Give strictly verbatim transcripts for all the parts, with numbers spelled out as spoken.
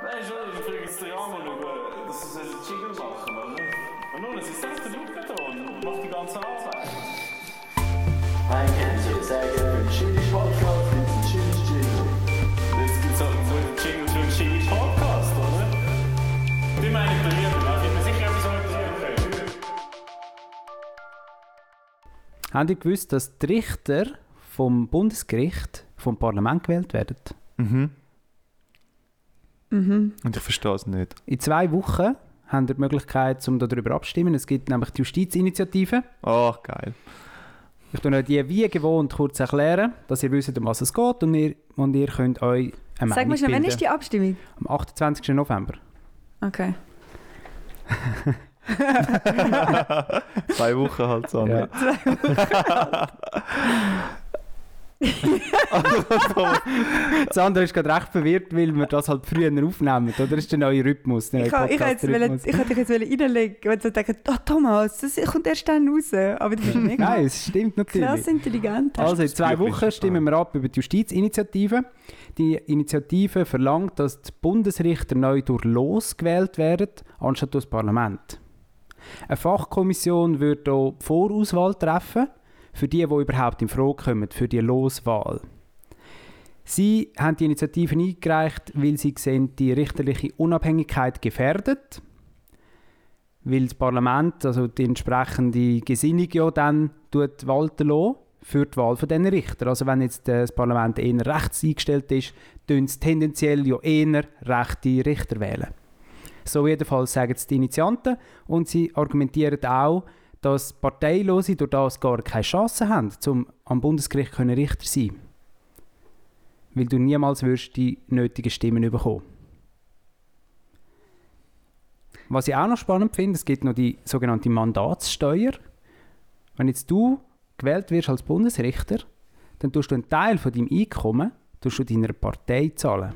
Nein, schon, ich frage jetzt den Ramon über, dass sie einen Jingle machen, oder? Und nun, es ist selbst der Luke da und macht die ganze Arbeit. Ein Kennzeichen, sehr gerne für den Chili-Podcast, gibt es einen Chili-Jingle. Jetzt gibt es auch so einen Jingle für einen Chili-Podcast, oder? Die meine ich bei mir, da bin mir sicher, etwas organisieren können. Habt ihr gewusst, dass die Richter vom Bundesgericht vom Parlament gewählt werden? Mhm. Mhm. Und ich verstehe es nicht. In zwei Wochen haben ihr die Möglichkeit, um darüber abzustimmen. Es gibt nämlich die Justizinitiative. Oh, geil. Ich tue euch die wie gewohnt kurz erklären, dass ihr wisst, um was es geht und ihr, und ihr könnt euch eine Sag Meinung mal schnell, wann bilden. ist die Abstimmung? Am achtundzwanzigsten November. Okay. Zwei Wochen halt so. Ja. Das andere ist gerade recht verwirrt, weil wir das halt früher aufnehmen, oder? Das ist der neue Rhythmus, der neue Ich wollte ich jetzt wollen- Podcast-Rhythmus. ich wollte dich jetzt wollen reinlegen, weil sie denken, oh Thomas, das kommt erst dann raus. Aber du bist mega Nein, es stimmt natürlich. krass intelligent. Also in zwei Büchlein Wochen stimmen wir ab über die Justizinitiative. Die Initiative verlangt, dass die Bundesrichter neu durch Los gewählt werden, anstatt durch das Parlament. Eine Fachkommission wird hier die Vorauswahl treffen, für die, die überhaupt in Frage kommen, für die Loswahl. Sie haben die Initiative eingereicht, weil sie sehen, die richterliche Unabhängigkeit gefährdet, weil das Parlament, also die entsprechende Gesinnung ja dann tut walten lassen für die Wahl von diesen Richtern. Also wenn jetzt das Parlament eher rechts eingestellt ist, tun sie tendenziell ja eher rechte Richter wählen. So jedenfalls sagen es die Initianten und sie argumentieren auch, dass Parteilose durch das gar keine Chance haben, um am Bundesgericht können Richter zu sein. Weil du niemals wirst die nötigen Stimmen bekommen. Was ich auch noch spannend finde, es gibt noch die sogenannte Mandatssteuer. Wenn jetzt du gewählt wirst als Bundesrichter, dann tust du einen Teil von deinem Einkommen tust du deiner Partei zahlen.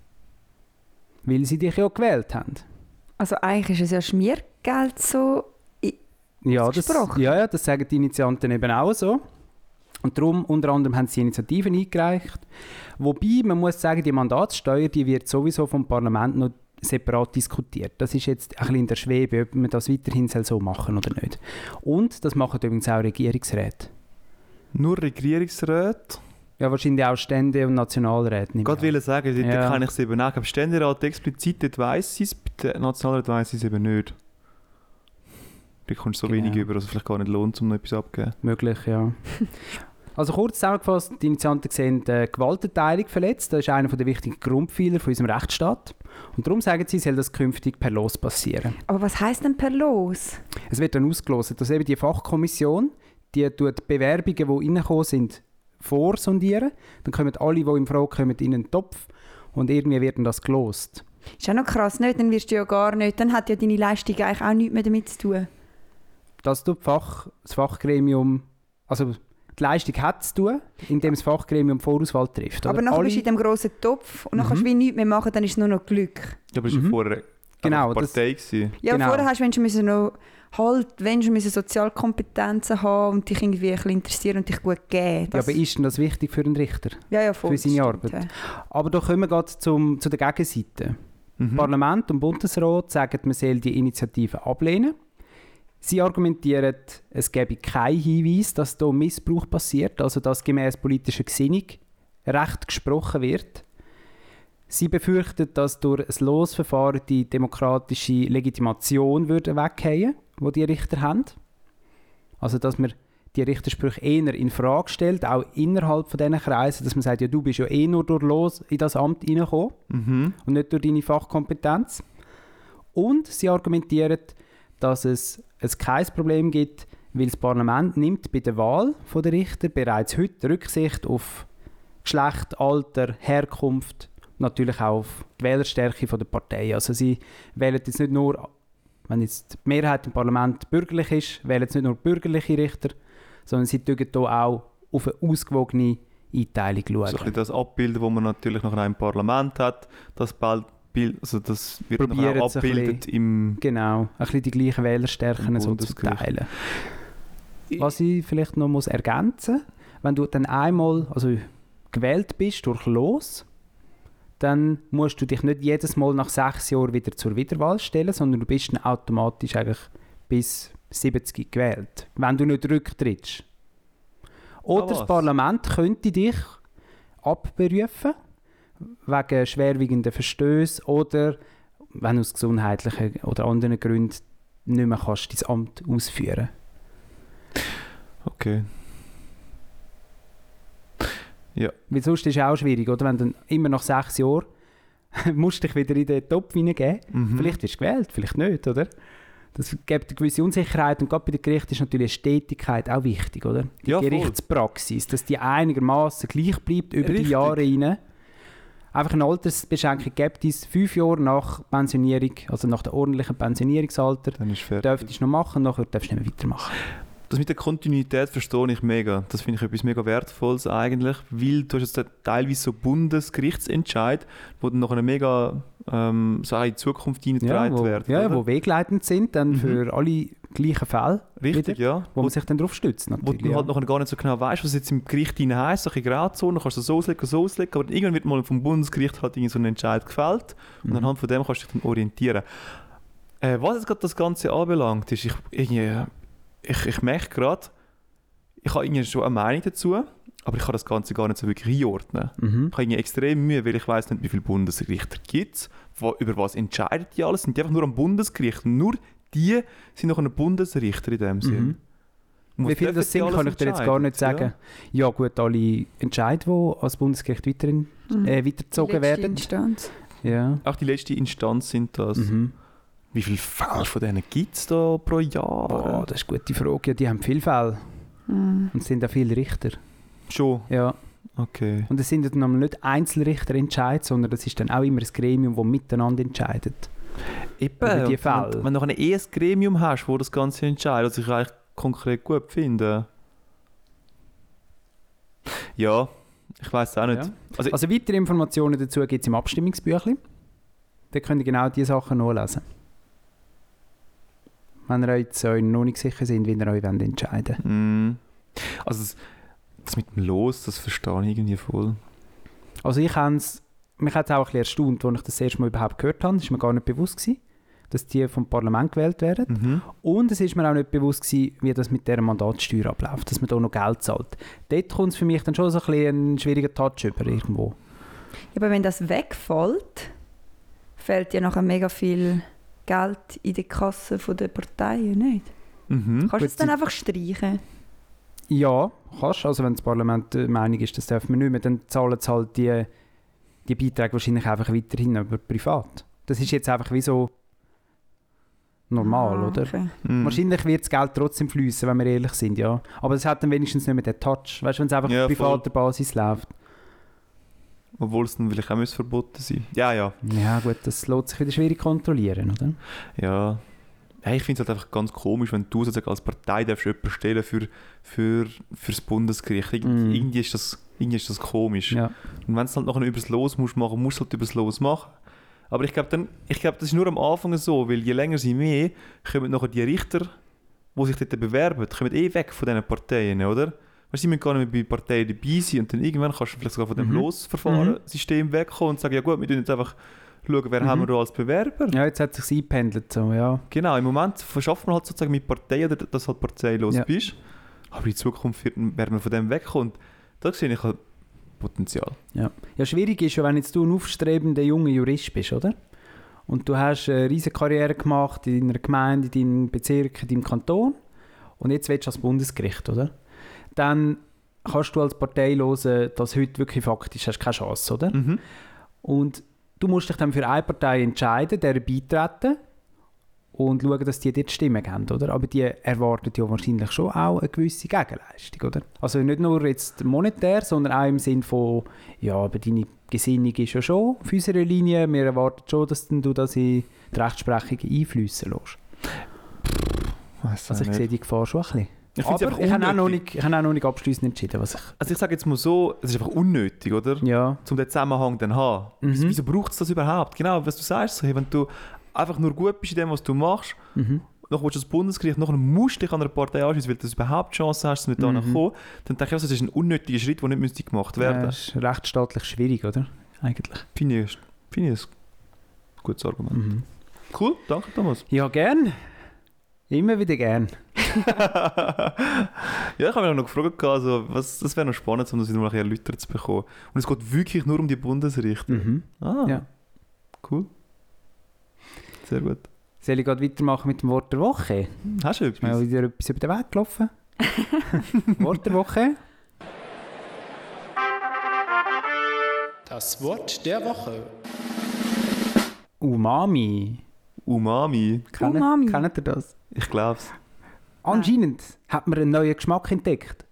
Weil sie dich ja gewählt haben. Also eigentlich ist es ja Schmiergeld so. Ja das, Gesprochen. ja, ja, das sagen die Initianten eben auch so. Und darum, unter anderem, haben sie Initiativen eingereicht. Wobei, man muss sagen, die Mandatssteuer, die wird sowieso vom Parlament noch separat diskutiert. Das ist jetzt ein bisschen in der Schwebe, ob man das weiterhin so machen soll oder nicht. Und das machen übrigens auch Regierungsräte. Nur Regierungsräte? Ja, wahrscheinlich auch Stände und Nationalräte. Ich wollte sagen, dort Ja. kann ich es eben auch. Beim Ständerat explizit, dort weiss ich es, bei den Nationalrat weiss ich es eben nicht. Du kommst so Genau. wenig über, dass es vielleicht gar nicht lohnt, um noch etwas abzugeben. Möglich, ja. Also kurz zusammengefasst, die Initianten sehen die Gewaltenteilung verletzt. Das ist einer der wichtigen Grundpfeiler von unserem Rechtsstaat. Und darum sagen sie, soll das künftig per Los passieren. Aber was heisst denn per Los? Es wird dann ausgelost, dass eben die Fachkommission, die tut Bewerbungen, die reingekommen sind, vorsondieren. Dann kommen alle, die in Frage kommen, in einen Topf und irgendwie wird dann das gelost. Ist auch noch krass, nicht? Dann wirst du ja gar nicht, dann hat ja deine Leistung eigentlich auch nichts mehr damit zu tun. Das tut die Fach, das Fachgremium, also die Leistung hat zu tun, indem das Fachgremium Vorauswahl trifft. Aber oder? nachher Alle- bist du in diesem grossen Topf und dann Mhm. kannst du wie nichts mehr machen, dann ist es nur noch Glück. Ja, aber es war Mhm. ja vorher Genau, einfach das- Partei. gewesen. Ja, Genau. vorher hast du wenn du noch halt, wenn du Sozialkompetenzen haben und dich irgendwie ein bisschen interessieren und dich gut geben. Ja, Das, aber ist denn das wichtig für einen Richter? ja, ja, voll, für seine das Arbeit? stimmt, Aber da kommen wir gerade zum, zu der Gegenseite. Mhm. Parlament und Bundesrat sagen, man soll die Initiative ablehnen. Sie argumentieren, es gebe keinen Hinweis, dass hier Missbrauch passiert, also dass gemäß politischer Gesinnung Recht gesprochen wird. Sie befürchten, dass durch ein Losverfahren die demokratische Legitimation würde weggehen, die die Richter haben. Also dass man die Richtersprüche eher in Frage stellt, auch innerhalb von diesen Kreisen, dass man sagt, ja, du bist ja eh nur durch Los in das Amt reingekommen Mhm. und nicht durch deine Fachkompetenz. Und sie argumentieren, dass es, es kein Problem gibt, weil das Parlament nimmt bei der Wahl der Richter bereits heute Rücksicht auf Geschlecht, Alter, Herkunft, natürlich auch auf die Wählerstärke der Partei. Also sie wählen jetzt nicht nur, wenn jetzt die Mehrheit im Parlament bürgerlich ist, wählen jetzt nicht nur bürgerliche Richter, sondern sie schauen hier auch auf eine ausgewogene Einteilung schauen. So ein bisschen das Abbilden, das man natürlich noch in einem Parlament hat, das, Bild, also das wird noch Probieren auch es ein abgebildet im Genau, ein bisschen die gleichen Wählerstärken Im so zu Bundesgericht. teilen. Was ich vielleicht noch muss ergänzen muss, wenn du dann einmal also gewählt bist durch Los, dann musst du dich nicht jedes Mal nach sechs Jahren wieder zur Wiederwahl stellen, sondern du bist dann automatisch eigentlich bis siebzig gewählt, wenn du nicht rücktrittst. Oder Ah, das was? Parlament könnte dich abberufen, wegen schwerwiegenden Verstößen oder wenn du aus gesundheitlichen oder anderen Gründen nicht mehr kannst, dein Amt ausführen. Okay. Weil sonst ist es auch schwierig, oder? Wenn du dann immer nach sechs Jahren musst du dich wieder in den Topf hineingeben. Mhm. Vielleicht wirst du gewählt, vielleicht nicht, oder? Das gibt eine gewisse Unsicherheit und gerade bei den Gerichten ist natürlich eine Stetigkeit auch wichtig, oder? Die Ja, voll. Gerichtspraxis, dass die einigermaßen gleich bleibt über Richtig. die Jahre hinein. Einfach eine Altersbeschränkung gibt es fünf Jahre nach Pensionierung, also nach dem ordentlichen Pensionierungsalter, Dann ist fertig. dürftest du noch machen, nachher darfst du nicht mehr weitermachen. Das mit der Kontinuität verstehe ich mega. Das finde ich etwas mega Wertvolles eigentlich, weil du hast jetzt teilweise so Bundesgerichtsentscheid, wo dann noch eine mega ähm, so in die Zukunft hineingetragen wo, werden. ja, oder? wo wegleitend sind, dann Mhm. für alle gleichen Fälle, Richtig, wieder, ja. wo man sich dann darauf stützt. Wo Natürlich, du ja. halt noch gar nicht so genau weißt, was jetzt im Gericht hinein heisst, so ein bisschen Grauzone, kannst du so auslegen, so auslegen, aber irgendwann wird mal vom Bundesgericht halt irgendwie so ein Entscheid gefällt und Mhm. anhand von dem kannst du dich dann orientieren. Äh, was jetzt gerade das Ganze anbelangt, ist, ich, irgendwie, ich, ich merke gerade, ich habe irgendwie schon eine Meinung dazu, aber ich kann das Ganze gar nicht so wirklich einordnen. Mhm. Ich habe irgendwie extrem Mühe, weil ich weiss nicht, wie viele Bundesrichter gibt es, über was entscheidet die alles, sind die einfach nur am Bundesgericht, nur die sind noch ein Bundesrichter in dem Sinn. Mhm. Und Wie was viele dürfen das die sind, alles kann ich dir jetzt gar nicht entscheiden? sagen. Ja, gut, alle Entscheide, die als Bundesgericht weiter in, Mhm. äh, weitergezogen Die letzte werden. Instanz. Ja. Ja. Auch die letzte Instanz sind das. Mhm. Wie viele Fälle von denen gibt es da pro Jahr? Boah, das ist eine gute Frage. Ja, die haben viele Fälle Mhm. und es sind auch viele Richter. Schon? Ja. Okay. Und es sind dann nicht Einzelrichter entscheiden, sondern das ist dann auch immer ein Gremium, das miteinander entscheidet. Eben, Über die und Fälle. Wenn, wenn du noch ein eher Gremium hast, das das Ganze entscheidet, was ich eigentlich konkret gut finde. Ja, ich weiß auch nicht. Ja. Also, Also weitere Informationen dazu gibt es im Abstimmungsbüchlein. Da könnt ihr genau diese Sachen nachlesen. Wenn ihr euch jetzt euch noch nicht sicher sind, wie ihr euch entscheiden wollt. mm, also das, das mit dem Los, das verstehe ich irgendwie voll. Also ich habe es, mich hat es auch ein bisschen erstaunt, als ich das erste Mal überhaupt gehört habe. Das war mir gar nicht bewusst gewesen, dass die vom Parlament gewählt werden. Mhm. Und es ist mir auch nicht bewusst gewesen, wie das mit dieser Mandatssteuer abläuft, dass man da noch Geld zahlt. Dort kommt es für mich dann schon so ein bisschen ein schwieriger Touch über irgendwo. Ja, aber wenn das wegfällt, fällt ja nachher mega viel Geld in die Kasse der Parteien, nicht? Mhm. Kannst du Gut, es dann sie- einfach streichen? Ja, kannst. Also wenn das Parlament der Meinung ist, das dürfen wir nicht mehr, dann zahlen sie halt die, die Beiträge wahrscheinlich einfach weiterhin über privat. Das ist jetzt einfach wie so normal, Ah, oder? okay. Mhm. Wahrscheinlich wird das Geld trotzdem fließen, wenn wir ehrlich sind, ja. Aber es hat dann wenigstens nicht mehr den Touch, weißt du, wenn es einfach Ja, auf privater Basis läuft. Obwohl es dann vielleicht auch müsste verboten sein. Ja, ja. Ja gut, das lässt sich wieder schwierig kontrollieren, oder? Ja. Hey, ich finde es halt einfach ganz komisch, wenn du sozusagen als Partei darfst jemanden stellen für, für, für das Bundesgericht. Irg Mm. Irgendwie, ist das, irgendwie ist das komisch. Ja. Und wenn du es halt nachher übers Los musst machen, musst du es halt übers Los machen. Aber ich glaube, dann- ich glaube, das ist nur am Anfang so, weil je länger sie mehr, kommen nachher die Richter, die sich dort bewerben, kommen eh weg von diesen Parteien, oder? Weißt, sie müssen gar nicht mehr bei Parteien dabei sein und dann irgendwann kannst du vielleicht sogar von dem Mhm. Losverfahren-System wegkommen und sagen, ja gut, wir tun jetzt einfach schauen, wer Mhm. haben wir da als Bewerber. Ja, jetzt hat es sich eingependelt, so, ja. Genau, im Moment verschafft man halt sozusagen mit Parteien, oder dass du halt parteilos Ja. bist. Aber in Zukunft wird, werden wir von dem wegkommen. Und da sehe ich halt Potenzial. Ja. Ja, schwierig ist ja, wenn jetzt du ein aufstrebender junger Jurist bist, oder? Und du hast eine riesige Karriere gemacht in einer Gemeinde, in deinem Bezirk, in deinem Kanton und jetzt willst du ans Bundesgericht, oder? Dann kannst du als Parteilose das heute wirklich faktisch, hast keine Chance, oder? Mhm. Und du musst dich dann für eine Partei entscheiden, der beitreten und schauen, dass die dir die Stimme geben, oder? Aber die erwarten ja wahrscheinlich schon auch eine gewisse Gegenleistung, oder? Also nicht nur jetzt monetär, sondern auch im Sinn von, ja, aber deine Gesinnung ist ja schon auf unserer Linie, wir erwarten schon, dass du das in die Rechtsprechung einfließen lässt. Weiss Also auch ich nicht. sehe die Gefahr schon ein bisschen. Ich find's Aber einfach ich habe auch noch unnötig. nicht, ich habe auch noch nicht abschliessend entschieden, was ich... Also ich sage jetzt mal so, es ist einfach unnötig, oder? Ja. Um den Zusammenhang dann zu haben. Mhm. Wieso, wieso braucht es das überhaupt? Genau, was du sagst, so, hey, wenn du einfach nur gut bist in dem, was du machst, Mhm. noch willst du das Bundesgericht, nachher musst du dich an einer Partei anschließen, weil du überhaupt Chancen hast, dass wir da Mhm. kommen, dann denke ich, also, das ist ein unnötiger Schritt, der nicht müsste gemacht Ja, werden das ist rechtsstaatlich schwierig, oder? eigentlich. Finde ich, finde ich ein gutes Argument. Mhm. Cool, danke Thomas. Ja, gern. Immer wieder gern. Ja, ich habe mich noch gefragt, also, was, das wäre noch spannend, um das wieder mal ein bisschen erläutert zu bekommen. Und es geht wirklich nur um die Bundesrichter. Mhm. Ah, Ja. cool. Sehr gut. Soll ich gerade weitermachen mit dem Wort der Woche? Hast du Ist mir etwas? auch wieder etwas über den Weg gelaufen? Wort der Woche? Das Wort der Woche. Umami. Umami. Kennt, Umami. Kennt ihr das? Ich glaube es. Anscheinend hat man einen neuen Geschmack entdeckt.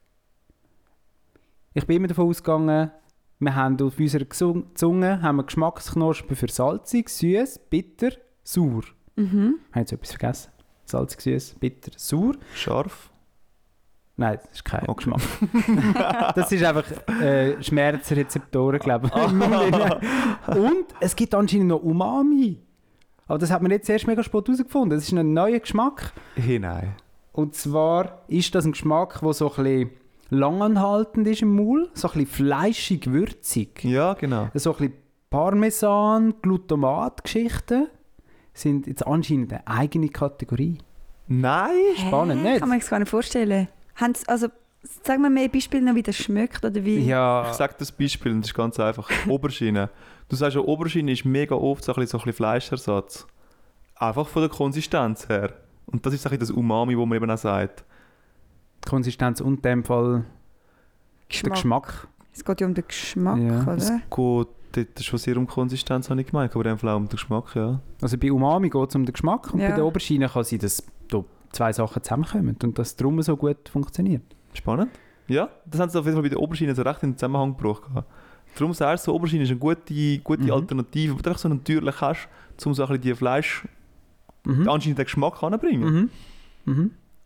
Ich bin immer davon ausgegangen, wir haben auf unserer Gesung- Zunge haben wir Geschmacksknospen für salzig, süß, bitter, sauer. Mhm. Ich habe jetzt etwas vergessen. Salzig, süß, bitter, sauer. Scharf. Nein, das ist kein Okay. Geschmack. Das ist einfach äh, Schmerzrezeptoren, glaube ich. im Mund drin. Und es gibt anscheinend noch Umami. Aber das hat man jetzt erst mega spät herausgefunden. Das ist ein neuer Geschmack. Hey, nein. Und zwar ist das ein Geschmack, der so ein bisschen langanhaltend ist im Maul. So ein bisschen fleischig, würzig. Ja, genau. So ein bisschen Parmesan, Glutamat-Geschichten sind jetzt anscheinend eine eigene Kategorie. Nein? Spannend, Hä? nicht? Kann man sich gar nicht vorstellen. Haben's, also, sag mir mehr Beispiele noch, wie das schmeckt oder wie... Ja, Ich sage das Beispiel, und das ist ganz einfach. Oberschiene. Du sagst ja, Oberschiene ist mega oft so ein bisschen, so ein bisschen Fleischersatz. Einfach von der Konsistenz her. Und das ist so ein bisschen das Umami, wo man eben auch sagt. die Konsistenz und in dem Fall der Geschmack. Es geht ja um den Geschmack, Ja. Es oder? geht dort schon sehr um Konsistenz, habe ich gemeint, aber in dem Fall auch um den Geschmack, ja. Also bei Umami geht es um den Geschmack und Ja. bei der Oberschiene kann sein, dass da zwei Sachen zusammenkommen und dass drum so gut funktioniert. Spannend. Ja, das haben sie auf jeden Fall bei der Oberschiene so recht in den Zusammenhang gebracht. gehabt. Darum sagst du, Oberschiene ist eine gute, gute Mhm. Alternative, wo du einfach so natürlich hast, um so ein bisschen die Fleisch, Mhm. anscheinend den Geschmack anzubringen. Mhm. Mhm.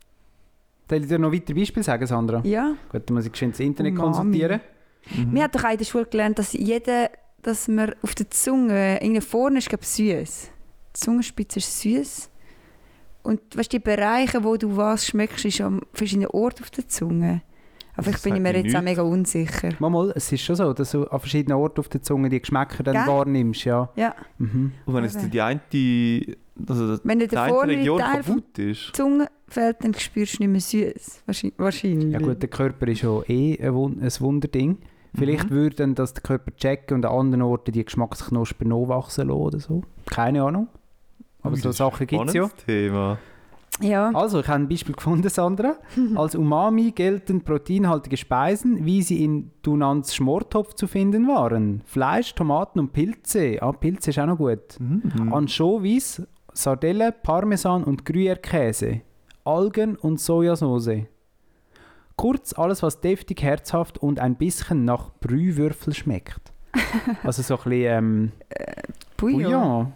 Soll ich dir noch weitere Beispiele sagen, Sandra? Ja. Gut, dann muss ich geschwind das Internet Umami. konsultieren. Mhm. Wir haben doch auch in der Schule gelernt, dass jeder, dass man auf der Zunge, irgendwie vorne ist, glaube ich, süß. Die Zungenspitze ist süß. Und weißt, die Bereiche, wo du was schmeckst, ist an verschiedenen Orten auf der Zunge. Aber Das ich bin sagt mir mir jetzt auch nichts. mega unsicher. Mal, mal, es ist schon so, dass du an verschiedenen Orten auf der Zunge die Geschmäcker dann Gell? wahrnimmst. Ja. Ja. Mhm. Und wenn jetzt Aber- die eine, also Wenn dir die der eine vorne Region Teil von kaputt ist, der Zunge fällt, dann spürst du nicht mehr süß. Wahrscheinlich. ja gut, der Körper ist ja eh ein, Wun ein Wunderding. Vielleicht Mhm. würde dann das der Körper checken und an anderen Orten die Geschmacksknospen nachwachsen lassen oder so. Keine Ahnung. Aber Ui, so das ist ein Sachen gibt es ja. spannendes Thema. Ja. Also, ich habe ein Beispiel gefunden, Sandra. Als Umami gelten proteinhaltige Speisen, wie sie in Dunants Schmortopf zu finden waren. Fleisch, Tomaten und Pilze. Ah, Pilze ist auch noch gut. Mhm. Anchovies, Sardellen, Parmesan und Gruyère-Käse. Algen und Sojasauce. Kurz alles, was deftig, herzhaft und ein bisschen nach Brühwürfel schmeckt. Also so ein bisschen ähm, Bouillon. Bouillon.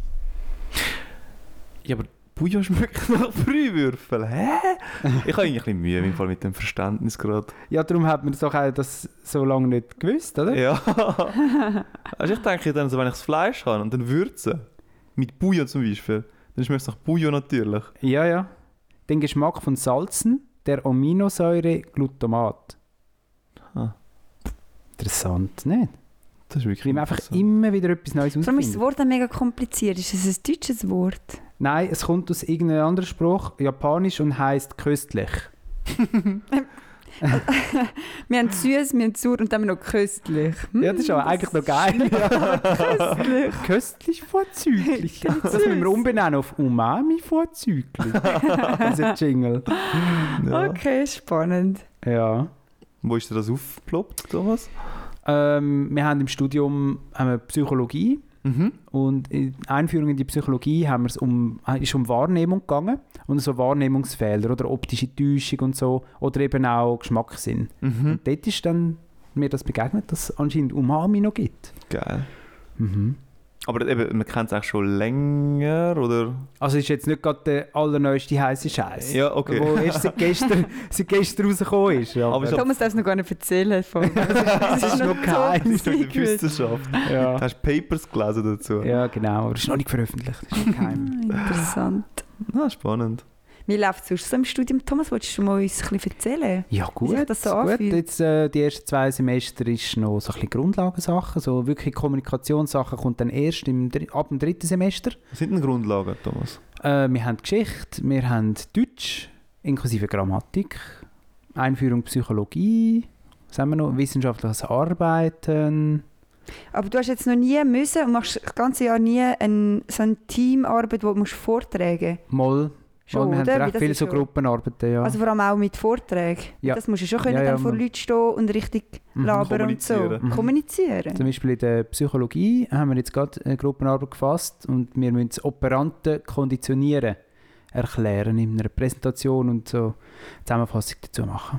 Ja, aber Bouillon schmeckt nach Brühwürfel. Hä? Ich habe eigentlich ein bisschen Mühe im Fall mit dem Verständnis gerade. Ja, darum hat man doch auch das so lange nicht gewusst, oder? Ja. Also ich denke dann, so, wenn ich das Fleisch habe und dann würze, mit Bouillon zum Beispiel, dann schmeckt es nach Bouillon natürlich. Ja, ja. Den Geschmack von Salzen, der Aminosäure Glutamat. Ah. Interessant, nicht? Das ist wirklich Weil man einfach interessant. immer wieder etwas Neues Vor allem ist das ausfindet. Wort auch mega kompliziert. Ist es ein deutsches Wort? Nein, es kommt aus irgendeinem anderen Spruch, japanisch, und heisst köstlich. Wir haben süß, wir haben sauer und dann haben wir noch köstlich. Hm, Ja, das ist aber eigentlich noch geil. köstlich. Köstlich vorzüglich. Das müssen wir umbenennen auf Umami vorzüglich. Das ist ein Jingle. Ja. Okay, spannend. Ja. Wo ist dir das aufgeploppt, Thomas? Ähm, wir haben im Studium haben wir Psychologie. Mhm. Und in der Einführung in die Psychologie haben wir es um, ist um Wahrnehmung gegangen und so Wahrnehmungsfehler oder optische Täuschung und so oder eben auch Geschmackssinn. Mhm. Und dort ist dann mir das begegnet, dass es anscheinend Umami noch gibt. Geil. Mhm. Aber eben, man kennt es auch schon länger, oder? Also ist jetzt nicht gerade der allerneueste heiße Scheiß, Ja, okay. wo erst seit gestern, seit gestern rausgekommen ist. Ja, Aber so- Thomas darf es noch gar nicht erzählen. Von. Das ist noch kein- Das ist doch in der secret. Wissenschaft. ja. Hast du Papers gelesen dazu? ja, genau. Aber das ist noch nicht veröffentlicht. Das ist noch geheim. Ah, interessant. Ah, spannend. Wie läuft es sonst so im Studium? Thomas, wolltest du mal uns ein bisschen erzählen? Ja gut, sich das so gut. anfühlt? Jetzt, äh, die ersten zwei Semester ist noch so ein bisschen Grundlagensachen, so wirklich Kommunikationssachen kommt dann erst im, dr- ab dem dritten Semester. Was sind denn Grundlagen, Thomas? Äh, wir haben Geschichte, wir haben Deutsch, inklusive Grammatik, Einführung Psychologie, was haben wir noch? Wissenschaftliches Arbeiten. Aber du hast jetzt noch nie müssen und machst das ganze Jahr nie ein, so eine Teamarbeit, wo du musst vortragen Mal, Schon, mal, wir oder? haben Wie recht das viele ist so schon- Gruppenarbeiten, ja. Also vor allem auch mit Vorträgen. Ja. Das musst du schon können, Ja, ja, dann vor man- Leuten stehen und richtig Mhm. labern und so. Kommunizieren. Mhm. Kommunizieren. Zum Beispiel in der Psychologie haben wir jetzt gerade eine Gruppenarbeit gefasst und wir müssen das Operanten konditionieren erklären in einer Präsentation und so eine Zusammenfassung dazu machen.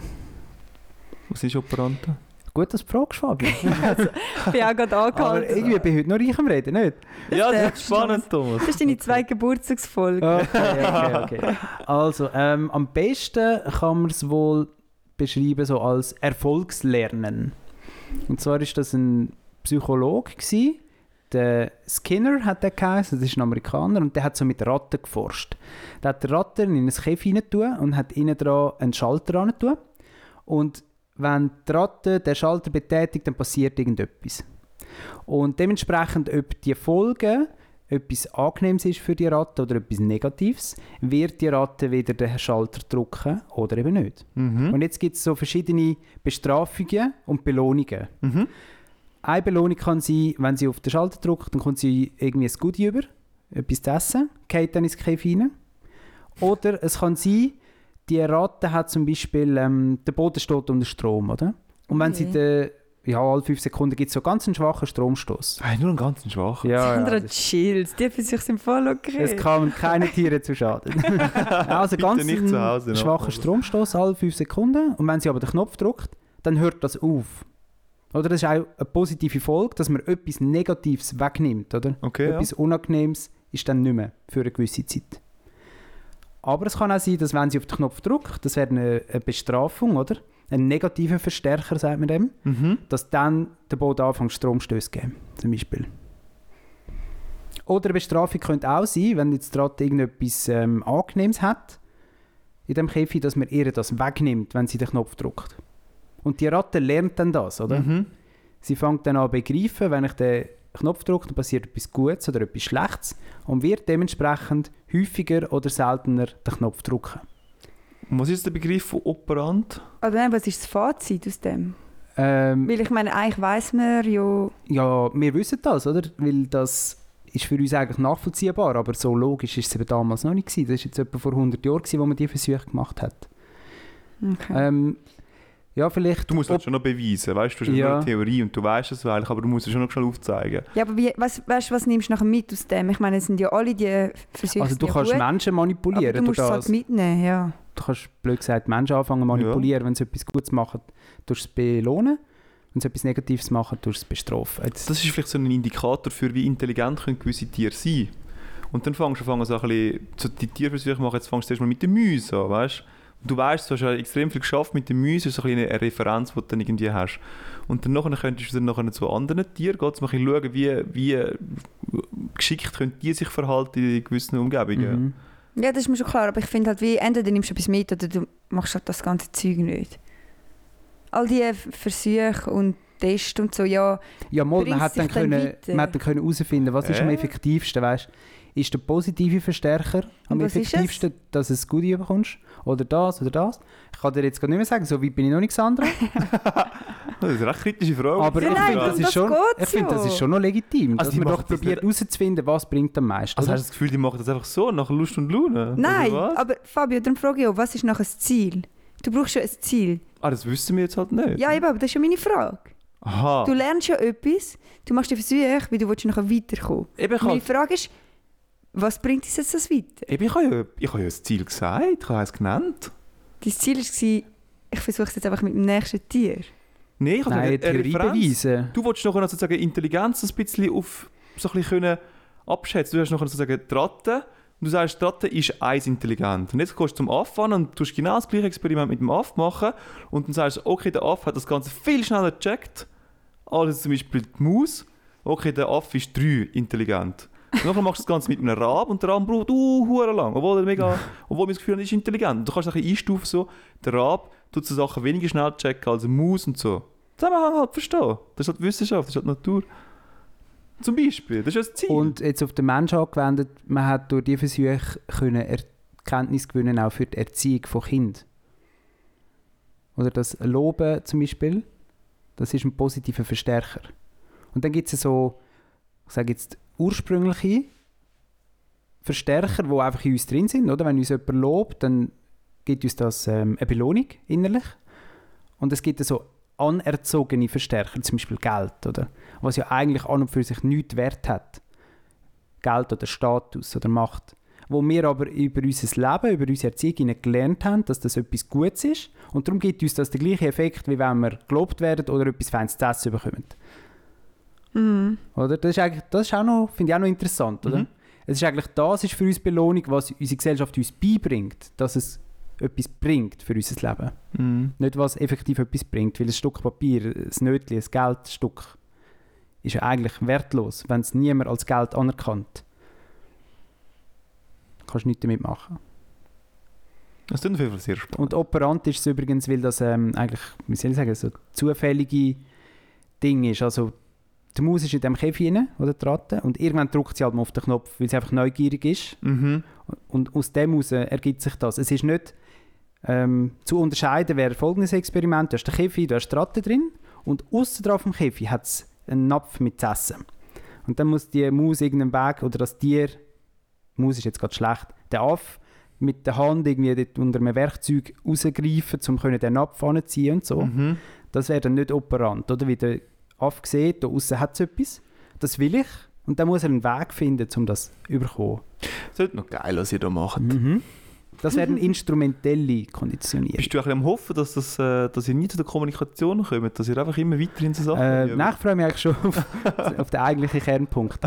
Was ist Operanten? Gut, dass du fragst, Fabio. Ich bin auch gerade Aber angehalten. irgendwie bin ich heute noch reich am Reden, nicht? Ja, das darfst ist du, spannend, Thomas. Das ist deine zweite Geburtstagsfolge. Okay, okay, okay. Also, ähm, am besten kann man es wohl beschreiben so als Erfolgslernen. Und zwar ist das ein Psychologe gsi, der Skinner hat der geheißen, das ist ein Amerikaner und der hat so mit Ratten geforscht. Der hat die Ratten in ein Käfig rein tun und hat innen dran einen Schalter rein tun. Und wenn die Ratte den Schalter betätigt, dann passiert irgendetwas. Und dementsprechend, ob die Folge etwas Angenehmes ist für die Ratte oder etwas Negatives, wird die Ratte wieder den Schalter drücken oder eben nicht. Mhm. Und jetzt gibt es so verschiedene Bestrafungen und Belohnungen. Mhm. Eine Belohnung kann sein, wenn sie auf den Schalter drückt, dann kommt sie irgendwie ein Goodie über, etwas zu essen, geht dann ins Käfig rein. Oder es kann sein, die Ratte hat zum Beispiel, ähm, der Boden steht unter Strom, oder? Und wenn Okay. sie den, ja, alle fünf Sekunden gibt es so ganz einen schwachen Stromstoß. Hey, nur einen ganz schwach. Ja, Sandra, das- chills. Die für sich sind voll okay. Es kann keine Tiere zu Schaden. Also Bitte ganz nicht zu Hause einen noch. schwacher Stromstoß alle fünf Sekunden. Und wenn sie aber den Knopf drückt, dann hört das auf. Oder das ist auch eine positive Folge, dass man etwas Negatives wegnimmt. Oder? Okay, ja. Etwas Unangenehmes ist dann nicht mehr für eine gewisse Zeit. Aber es kann auch sein, dass wenn sie auf den Knopf drückt, das wäre eine, eine Bestrafung, oder? Ein negativer Verstärker, sagt man dem, Mhm. dass dann der Boden anfängt Stromstöße zu geben, zum Beispiel. Oder eine Bestrafung könnte auch sein, wenn jetzt die Ratte irgendetwas ähm, Angenehmes hat in dem Käfig, dass man ihr das wegnimmt, wenn sie den Knopf drückt. Und die Ratte lernt dann das, oder? Mhm. Sie fängt dann an zu begreifen, wenn ich den Knopf drücke, dann passiert etwas Gutes oder etwas Schlechtes und wird dementsprechend häufiger oder seltener den Knopf drücken. Und was ist der Begriff von Operant? Aber nein, was ist das Fazit aus dem? Ähm, Weil ich meine, eigentlich weiss man ja... ja, wir wissen das, oder? Weil das ist für uns eigentlich nachvollziehbar, aber so logisch ist es eben damals noch nicht gewesen. Das war jetzt etwa vor hundert Jahren, gewesen, wo man diese Versuche gemacht hat. Okay. Ähm, ja, vielleicht... Du musst das schon noch beweisen, weißt du? Du hast Ja. nur eine Theorie und du weißt es eigentlich, aber du musst es schon noch schnell aufzeigen. Ja, aber wie, was, weißt du, was nimmst du nachher mit aus dem? Ich meine, es sind ja alle die Versuche Also du ja kannst gut, Menschen aber manipulieren du musst es durch halt das. mitnehmen, ja. Du kannst, blöd gesagt, Menschen anfangen zu manipulieren. Wenn sie etwas Gutes machen, tust du es belohnen. Wenn sie etwas Negatives machen, tust du es bestrafen. Jetzt, Das ist vielleicht so ein Indikator für, wie intelligent können gewisse Tiere sein. Und dann fängst du fängst so ein bisschen, so die Tierversuche machen, jetzt fängst du erstmal mit den Mäusen an, weißt du? Du weißt, du hast ja extrem viel geschafft mit den Mäusen, so ein bisschen eine Referenz, die du dann irgendwie hast. Und dann nachher könntest du dann nachher zu anderen Tieren gehen, mal schauen, wie, wie geschickt können die sich verhalten in gewissen Umgebungen. mhm. Ja, das ist mir schon klar, aber ich finde halt, wie entweder nimmst du etwas mit oder du machst halt das ganze Zeug nicht. All die Versuche und Tests und so, ja, Ja, mal, man Bringt's hat dann dich dann können, weiter? man hat dann können herausfinden, was ist am Äh? effektivsten, weißt? Ist der positive Verstärker am Und was ist effektivsten, dass du es gut bekommst? Oder das oder das? Ich kann dir jetzt gar nicht mehr sagen, so weit bin ich noch nicht, Sandra. Das ist eine recht kritische Frage. Aber Ja, ich nein, finde, das, um ist das schon, geht's ich finde, das ja. ist schon noch legitim, Also dass die man doch machen das probiert nicht- herauszufinden, was bringt am meisten. Also oder? hast du das Gefühl, die machen das einfach so, nach Lust und Laune? nein, Oder was? aber Fabio, dann frage ich auch, was ist nachher das Ziel? Du brauchst schon ein Ziel. Ah, das wissen wir jetzt halt nicht. Ja, eben, aber das ist ja meine Frage. Aha. Du lernst ja etwas, du machst die Versuche, weil du willst nachher weiterkommen. Eben, ich Meine habe Frage ist, was bringt uns jetzt das weiter? eben, ich habe ja, ich habe ja das Ziel gesagt, ich habe es genannt. Dein Ziel war, ich versuche es jetzt einfach mit dem nächsten Tier. Nein, ich habe Nein, eine Theorie Referenz. beweisen. Du willst nachher sozusagen Intelligenz ein bisschen auf so ein bisschen können abschätzen. Du hast nachher sozusagen die Ratte und du sagst, die Ratte ist eins intelligent. Und jetzt gehst du zum Affe an und tust genau das gleiche Experiment mit dem Affe machen und dann sagst du, okay, der Affe hat das Ganze viel schneller gecheckt als zum Beispiel die Maus. Okay, der Affe ist drei intelligent. Und nachher machst du das Ganze mit einem Rab und der Rab braucht uh, hure lang, obwohl, er mega, obwohl man das Gefühl hat, er ist intelligent. Und du kannst es ein bisschen einstufen, so, der Rab tut so Sachen weniger schnell checken als eine Maus und so. Zusammenhang halt verstehen. Das ist halt Wissenschaft, das ist halt Natur. Zum Beispiel, das ist das Ziel. Und jetzt auf den Menschen angewendet, man hat durch diese Versuche können Erkenntnis gewinnen, auch für die Erziehung von Kindern. Oder das Loben zum Beispiel, das ist ein positiver Verstärker. Und dann gibt es so, ich sage jetzt, ursprüngliche Verstärker, die einfach in uns drin sind. Oder? Wenn uns jemand lobt, dann gibt uns das ähm, eine Belohnung innerlich. Und es gibt so anerzogene Verstärker, zum Beispiel Geld, oder? Was ja eigentlich an und für sich nichts Wert hat. Geld oder Status oder Macht. Wo wir aber über unser Leben, über unsere Erziehung gelernt haben, dass das etwas Gutes ist. Und darum gibt uns das den gleichen Effekt, wie wenn wir gelobt werden oder etwas Feines zu essen bekommen. Mhm. Oder? Das ist, eigentlich, das ist auch noch, finde ich auch noch interessant. Oder? Mhm. Es ist eigentlich das ist für uns Belohnung, was unsere Gesellschaft uns beibringt, dass es etwas bringt für unser Leben. Mhm. Nicht, was effektiv etwas bringt. Weil ein Stück Papier, ein Nötchen, ein Geldstück ist ja eigentlich wertlos, wenn es niemand als Geld anerkannt. Du kannst nichts damit machen. Das ist auf jeden Fall sehr spannend. Und operant ist es übrigens, weil das ähm, eigentlich, wie soll ich sagen, so zufällige Ding ist. Also die Maus ist in diesem Käfig rein, oder die Ratte, und irgendwann drückt sie halt mal auf den Knopf, weil sie einfach neugierig ist. Mhm. Und aus dem heraus ergibt sich das. Es ist nicht ähm, zu unterscheiden, wäre folgendes Experiment. Du hast den Käfig, du hast die Ratte drin und aussen drauf im Käfig hat es einen Napf mit zu essen. Und dann muss die Maus irgendeinen Weg, oder das Tier, die Maus ist jetzt gerade schlecht, der Affe mit der Hand irgendwie dort unter einem Werkzeug rausgreifen, um den Napf anzuziehen und so. Mhm. Das wäre dann nicht operant, oder? Wie der Affe sieht, da aussen hat es etwas, das will ich. Und dann muss er einen Weg finden, um das zu bekommen. Das ist noch geil, was ihr da macht. Mhm. Das wäre eine instrumentelle Konditionierung. Bist du ein bisschen am Hoffen, dass, das, äh, dass ihr nie zu der Kommunikation kommt, dass ihr einfach immer weiterhin so Sachen Äh, übt? nein, ich freue mich eigentlich schon auf, auf den eigentlichen Kernpunkt.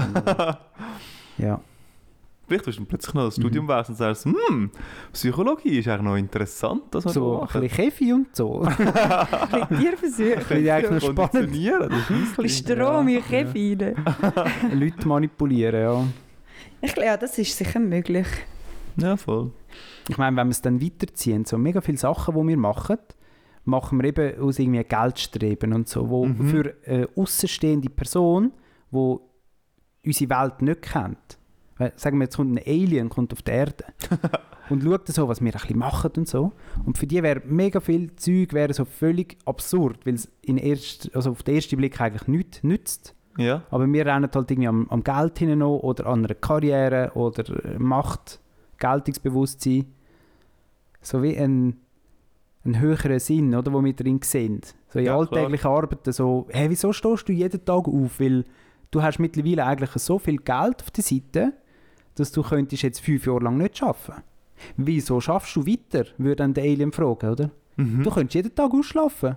Ja. Vielleicht wirst du plötzlich noch das Studium mhm. wechseln und sagst, hm, Psychologie ist eigentlich noch interessant, das was So wir ein bisschen Käfig und so. Ein bisschen Tierversuche. Finde ich eigentlich noch spannend. Konditionieren, das ist Ein bisschen Strom in Käfig rein. Leute manipulieren, ja. Ich glaube, ja, das ist sicher möglich. Ja, voll. Ich meine, wenn wir es dann weiterziehen, so mega viele Sachen, die wir machen, machen wir eben aus irgendwie Geldstreben und so, wo Mhm. für eine aussenstehende Person, die unsere Welt nicht kennt, weil, sagen wir, jetzt kommt ein Alien kommt auf die Erde und schaut so, was wir ein bisschen machen und so. Und für die wäre mega viel Zeug wäre so völlig absurd, weil es in erst, also auf den ersten Blick eigentlich nichts nützt. Ja. Aber wir rennen halt irgendwie am, am Geld hin oder an einer Karriere oder Macht, Geltungsbewusstsein. So wie ein, ein höherer Sinn, oder, wo wir drin sehen. So in Ja, alltäglichen Arbeiten so, hey, wieso stehst du jeden Tag auf? Weil du hast mittlerweile eigentlich so viel Geld auf der Seite, dass du könntest jetzt fünf Jahre lang nicht arbeiten. Wieso schaffst du weiter? Würde dann der Alien fragen, oder? Mhm. Du könntest jeden Tag ausschlafen.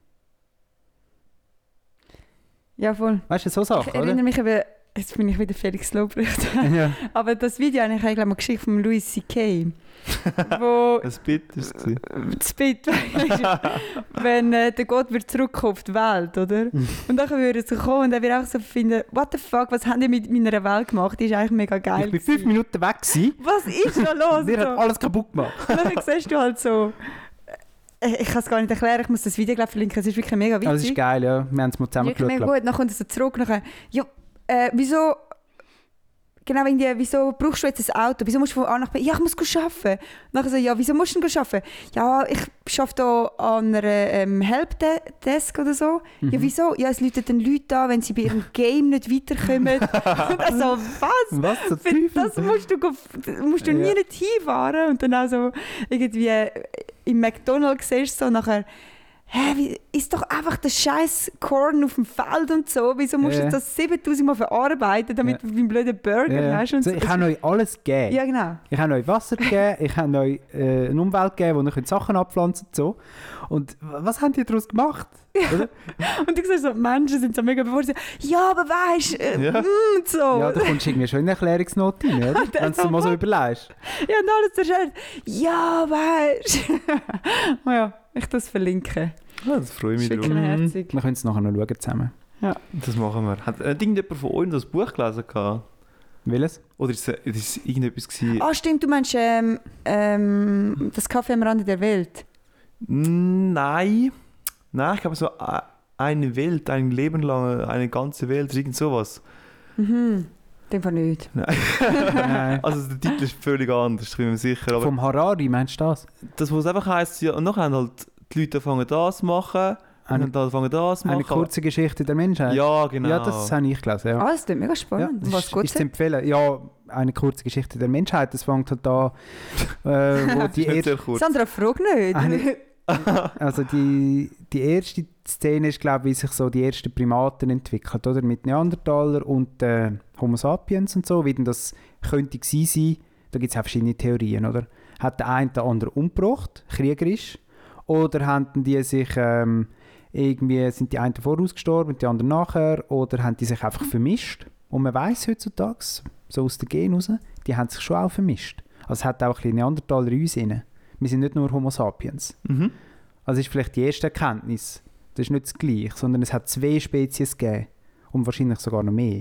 Ja, voll. Weißt du, so Ich Sachen, oder? erinnere mich eben, jetzt bin ich wieder Felix Lobrecht. Ja. Aber das Video habe ich eigentlich mal geschickt von Louis C K wo Ein Bit ist es. das Bit, wenn äh, der Gott wird zurückkommen auf die Welt, oder? Und dann würde er so kommen und er wird auch so finden, what the fuck, was haben die mit meiner Welt gemacht? Die ist eigentlich mega geil. Ich war fünf gewesen. Minuten weg. Gewesen. Was ist da los? Mir hat So. alles kaputt gemacht. Und dann siehst du halt so, äh, ich kann es gar nicht erklären, ich muss das Video glaub, verlinken, es ist wirklich mega witzig. Aber das ist geil, ja. Wir haben es mal zusammen Wirklich mega geschaut. gut. Dann kommt er so zurück und dann, ja, äh, wieso, genau, irgendwie, wieso brauchst du jetzt ein Auto? Wieso musst du von A nach B? Ja, ich muss arbeiten. Dann so, ja, wieso musst du denn arbeiten? Ja, ich arbeite hier an einer ähm, Helpdesk oder so. Mhm. Ja, wieso? Ja, es läuten dann Leute an, wenn sie bei ihrem Game nicht weiterkommen. Und dann so, was? Was zum Für Teufel? das musst du, go- musst du Ja. nie nicht hinfahren. Und dann auch so irgendwie äh, im McDonald's siehst du so nachher, hä, wie, ist doch einfach der scheiß Korn auf dem Feld und so. Wieso musst du Ja. das siebentausend Mal verarbeiten, damit Ja. du einen blöden Burger Ja. hast? Und So, ich habe euch alles gegeben. ja, genau. Ich habe euch Wasser gegeben, ich habe euch äh, eine Umwelt gegeben, wo ihr könnt Sachen abpflanzen und so. Und w- was habt ihr daraus gemacht? Oder? Und du siehst so, die Menschen sind so mega bevor sie ja, aber weißt du, äh, Ja. mm, und so. Ja, da kommst du irgendwie schon in eine Erklärungsnot rein, oder? Wenn du es mal so überlegst. Ja, und alles zerstört. Ja, weißt du. Ja, ich tue es verlinken. Ja, das freue ich mich Schön. drauf. Herzig. Wir können es nachher noch schauen zusammen. Das machen wir. Hat äh, irgendjemand von euch das Buch gelesen? Gehabt? Welches? Oder ist es, ist es irgendetwas gewesen? Ah, stimmt, du meinst ähm, ähm, das Café am Rande der Welt. Nein. Nein, ich glaube so äh, eine Welt, ein Leben lang, eine ganze Welt, irgend sowas. Mhm. Den Fall nicht. Nein. Also der Titel ist völlig anders, ich bin mir sicher. Aber Vom Harari, meinst du das? das, was einfach heisst, ja, und nachher haben halt die Leute angefangen das zu machen, Eine- und dann angefangen das zu machen. Eine kurze Geschichte der Menschheit? Ja, genau. Ja, das habe ich gelesen, ja. Ah, das klingt mega Ja, spannend. das Was ist, geht ist zu empfehlen. Ja, eine kurze Geschichte der Menschheit. Das fängt halt an, äh, wo die Nicht erste, sehr kurz. Sandra, frag nicht. Eine- also die, die erste Szene ist, glaube ich, wie sich so die ersten Primaten entwickelt, oder? Mit Neandertaler und äh, Homo sapiens und so, wie denn das könnte gewesen sein. Da gibt es auch verschiedene Theorien, oder? Hat der eine den anderen umgebracht, kriegerisch, oder haben die sich ähm, irgendwie, sind die einen vorausgestorben und die anderen nachher, oder haben die sich einfach vermischt? Und man weiss heutzutage, so aus den Gen raus, die haben sich schon auch vermischt. Also es hat auch ein bisschen Neandertaler in uns drin. Wir sind nicht nur Homo sapiens. Mhm. Also das ist vielleicht die erste Erkenntnis. Das ist nicht das Gleiche, sondern es hat zwei Spezies gegeben. Und wahrscheinlich sogar noch mehr.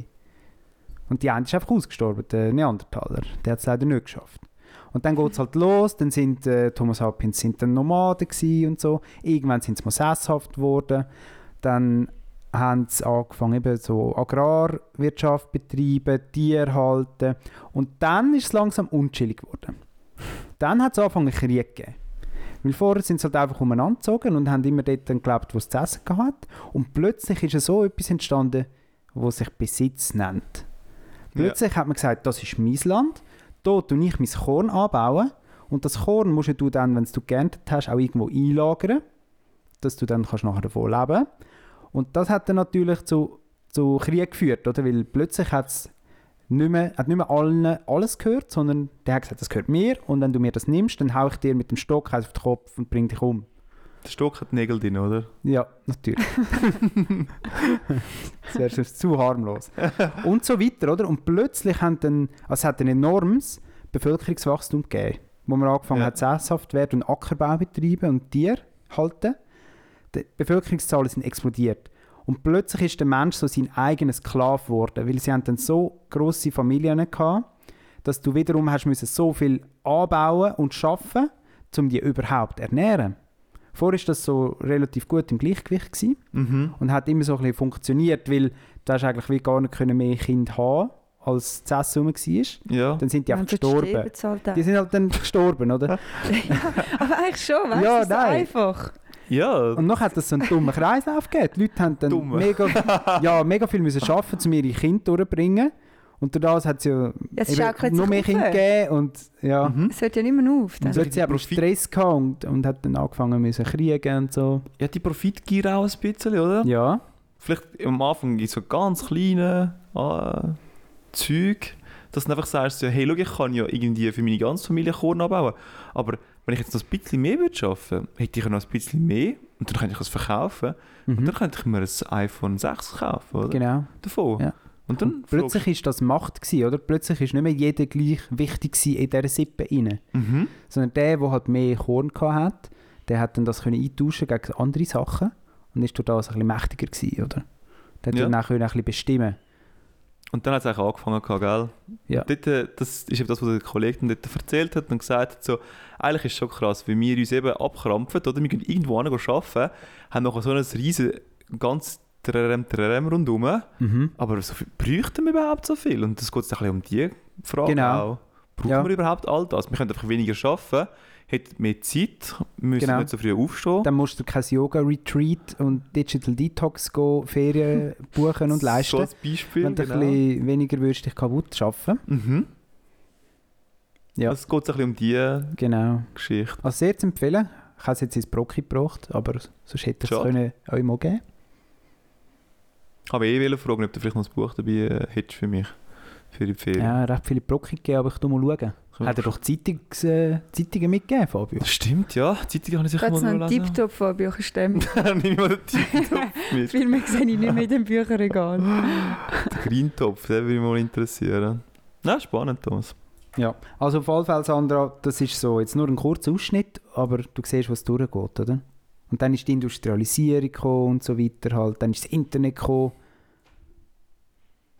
Und die eine ist einfach ausgestorben, der Neandertaler. Der hat es leider nicht geschafft. Und dann geht es halt los, dann sind äh, die Homo sapiens sind dann Nomaden gewesen und so. Irgendwann sind sie mal sesshaft geworden. Dann haben sie angefangen, eben so Agrarwirtschaft betreiben, Tiere halten. Und dann ist es langsam unchillig geworden. Dann hat es angefangen, Krieg gegeben. Weil vorher sind sie halt einfach umeinander gezogen und haben immer dort dann gelebt, wo es zu essen gehabt. Und plötzlich ist so etwas entstanden, was sich Besitz nennt. Plötzlich hat man gesagt, das ist mein Land, da tue ich mein Korn anbauen und das Korn musst du dann, wenn du geerntet hast, auch irgendwo einlagern, dass du dann kannst nachher davon leben. Und das hat dann natürlich zu, zu Krieg geführt, oder? Weil plötzlich hat es nicht mehr, hat nicht mehr allen alles gehört, sondern der hat gesagt, das gehört mir und wenn du mir das nimmst, dann hau ich dir mit dem Stock auf den Kopf und bring dich um. Der Stock hat Nägel drin, oder? Ja, natürlich. Das wäre sonst zu harmlos. Und so weiter, oder? Und plötzlich haben dann, also es hat ein enormes Bevölkerungswachstum gegeben, wo man angefangen Ja. hat, sesshaft zu werden und Ackerbau betreiben und Tiere halten. Die Bevölkerungszahlen sind explodiert. Und plötzlich ist der Mensch so sein eigenes Sklave geworden, weil sie haben dann so grosse Familien gehabt, dass du wiederum hast müssen so viel anbauen und schaffen, um die überhaupt zu ernähren. Vorher war das so relativ gut im Gleichgewicht gewesen Mhm. und hat immer so ein bisschen funktioniert, weil du hast eigentlich wie gar nicht können mehr Kinder haben, als das Essen rum war. Ja. Dann sind die einfach Wenn du gestorben. sterben, zahlt er. Die sind halt dann gestorben, oder? Aber eigentlich schon, weißt du, Ja, das ist so nein. einfach. Ja. Und noch hat es so einen dummen Kreislauf gegeben. Die Leute haben dann Dumme. mega, ja, mega viel müssen arbeiten, um ihre Kinder durchzubringen. Und durch das hat es ja es eben schaukelt noch sich mehr auf. Kinder gegeben. Und, ja. Mhm. Es hört ja nicht mehr auf. Und Dann. plötzlich aber Profit- Stress gehabt und, und hat dann angefangen müssen kriegen und so. Ja, die Profitgier auch ein bisschen, oder? Ja, Vielleicht am Anfang in so ganz kleinen äh, Zeug, dass du einfach sagst, ja, hey, schau, ich kann ja irgendwie für meine ganze Familie Korn anbauen. Aber wenn ich jetzt noch ein bisschen mehr würde schaffen, hätte ich ja noch ein bisschen mehr und dann könnte ich es verkaufen. Und mhm. dann könnte ich mir ein iPhone sechs kaufen, oder? genau. Davon. Ja. Und dann Und plötzlich war das Macht, gewesen, oder? Plötzlich war nicht mehr jeder gleich wichtig gewesen in dieser Sippe rein. Mhm. Sondern der, der halt mehr Korn hatte, der hat dann das können eintauschen gegen andere Sachen und ist durch das ein bisschen mächtiger gewesen, oder? Der hat Ja. dann auch können ein bisschen bestimmen. Und dann hat es eigentlich angefangen, gell? Ja. Dort, äh, das ist eben das, was der Kollege dann dort erzählt hat und gesagt hat, so, eigentlich ist es schon krass, wie wir uns eben abkrampfen, oder? Wir gehen irgendwo hin arbeiten, haben noch so ein riesen, ganz Trärem, Trärem rundherum, Mhm. aber so viel, bräuchten wir überhaupt so viel? Und das geht jetzt ein bisschen um die Frage Genau. auch. Brauchen Ja. wir überhaupt all das? Wir können einfach weniger arbeiten, hätten mehr Zeit, müssen Genau. nicht so früh aufstehen. Dann musst du kein Yoga-Retreat und Digital Detox gehen, Ferien buchen und leisten, So als Beispiel, wenn du genau. ein bisschen weniger würdest dich kaputt arbeiten. Mhm. Ja. Es geht ein bisschen um diese Genau. Geschichte. Also sehr zu empfehlen. Ich habe es jetzt ins Brocki gebracht, aber sonst hätte ich es Schade. können euch mal geben. Ich habe eh wollen fragen, ob du vielleicht noch ein Buch dabei äh, hättest für mich, für die Ferien. Ja, recht viele Brocki gegeben, aber ich tu mal schauen. Hat er doch Zeitungs, äh, Zeitungen mitgegeben, Fabio? Das stimmt, ja. Die Zeitung habe ich sicher Ich habe mal jetzt noch einen lesen. Tiptop von Büchern stemmen. Nimm ich mal den Tiptop mit. Viel mehr sehe ich nicht mehr in dem Bücherregal. Der Greentopf, der würde mich mal interessieren. Na, spannend, Thomas. Ja, also auf jeden Fall, Sandra, das ist so, jetzt nur ein kurzer Ausschnitt, aber du siehst, was durchgeht, oder? Und dann ist die Industrialisierung gekommen und so weiter halt, dann ist das Internet gekommen.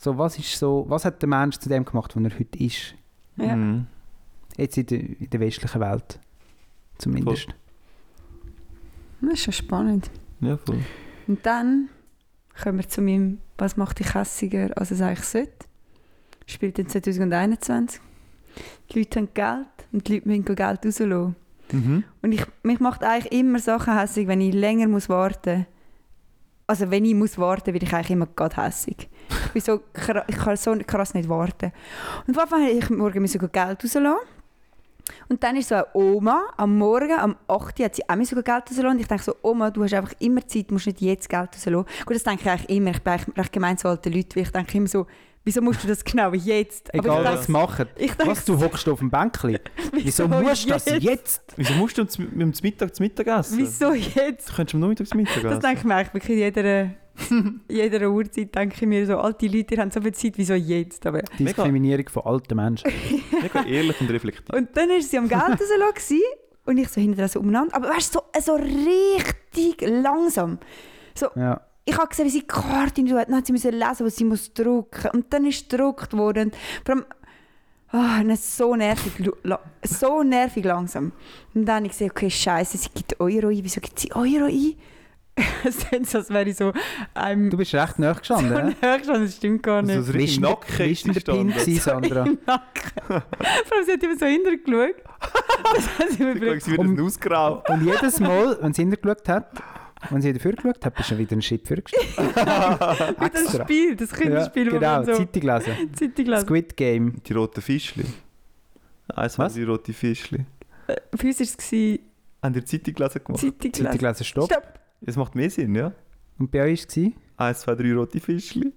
So, was, ist so, was hat der Mensch zu dem gemacht, was er heute ist? Ja. Mhm. Jetzt in der, in der westlichen Welt. Zumindest. Das ist schon spannend. Ja, voll. Und dann kommen wir zu meinem «Was macht dich hässiger, als es eigentlich sollte?» Spielt in zwanzig einundzwanzig. Die Leute haben Geld und die Leute müssen Geld rauslassen. Mhm. Und ich, mich macht eigentlich immer Sachen hässig, wenn ich länger muss warten muss. Also wenn ich muss warten, bin ich eigentlich immer gerade hässig. Ich, bin so, kra- ich kann so krass nicht warten. Und auf jeden Fall musste ich morgen müssen Geld rauslassen. Und dann ist so eine Oma am Morgen, am acht Uhr, hat sie auch müssen Geld rauslassen. Und ich denke so, Oma, du hast einfach immer Zeit, du musst nicht jetzt Geld rauslassen. Gut, das denke ich eigentlich immer. Ich bin eigentlich recht gemein zu alten Leuten, weil ich denke immer so, wieso musst du das genau jetzt? Aber Egal, ich was sie machen. ich denke, Was, du hockst auf dem Bänkli? Wieso musst du das jetzt? Wieso musst du zum, zum Mittag zu Mittag essen? Wieso jetzt? Du könntest am Nachmittag zu Mittag essen. Das denke ich mir eigentlich wirklich in jeder, jeder Uhrzeit, denke ich mir so, alte Leute, die haben so viel Zeit, wieso jetzt? Aber Diskriminierung von alten Menschen. Mega ehrlich und reflektiert. und dann war sie am Geld rauslassen und ich so hinter so umeinander. Aber weißt du, so, so richtig langsam. So, Ja. ich habe gesehen, wie sie die Karte in die hat, dann hat sie müssen lesen, was sie muss drücken. Und dann ist gedruckt worden. Und vor allem, ah, dann so nervig, lu- la- so nervig langsam. Und dann habe ich gesehen, okay, scheiße, sie gibt Euro ein. Wieso gibt sie Euro ein? Es ist so, als wäre ich so einem Du bist recht nahe gestanden, so ne? nahe gestanden, das stimmt gar nicht. Also so richtig Nacken Wie ist denn der Pin gestanden. gewesen, Sandra? Im Nacken. Vor allem, sie hat immer so hintergeschaut. Das hat sie mir Ich glaube, sie wird Um- das ausgeraubt. Und jedes Mal, wenn sie hintergeschaut hat, wenn sie dafür geschaut hat, bist du wieder einen Schritt vorgestellt. Wie das Spiel, das Kinderspiel, ja, wo genau, man so Zeitung lesen. Zeitung lesen. Squid Game. Die roten Fischli. Eins Was? die roten Fischli. Für uns war es gewesen, Haben die Zeitung gelesen gemacht? Zeitung Zeitung lesen. lesen, stopp. Stopp. Das macht mehr Sinn, ja? Und bei euch war es? Eins, zwei, drei rote Fischli.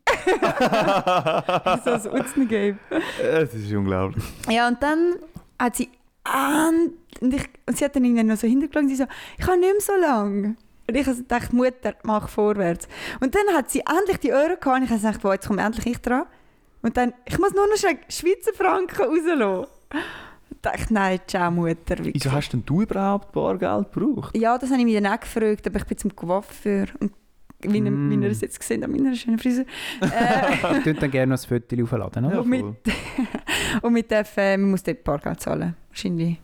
So ein Utzen-Game. Es ist unglaublich. Ja, und dann hat sie an, und, ich, und sie hat dann irgendwann noch so hintergeschaut und sie so, ich habe nicht mehr so lange. Und ich also dachte, Mutter, mach vorwärts. Und dann hat sie endlich die Euro gehabt und ich habe gedacht, wow, jetzt komme endlich ich dran. Und dann, ich muss nur noch schnell Schweizer Franken rauslassen. Ich dachte, nein, ciao Mutter. wirklich. Wieso hast denn du überhaupt Bargeld gebraucht? Ja, das habe ich mich dann auch gefragt, aber ich bin zum Coiffeur. Und wie, Mm. mm. wie ihr es jetzt gesehen an meiner schönen Frisur. Äh, Ich würde dann gerne noch ein Foto aufladen. Oder? Ja, und, mit, voll. und mit der, äh, man muss dort Bargeld zahlen. Wahrscheinlich.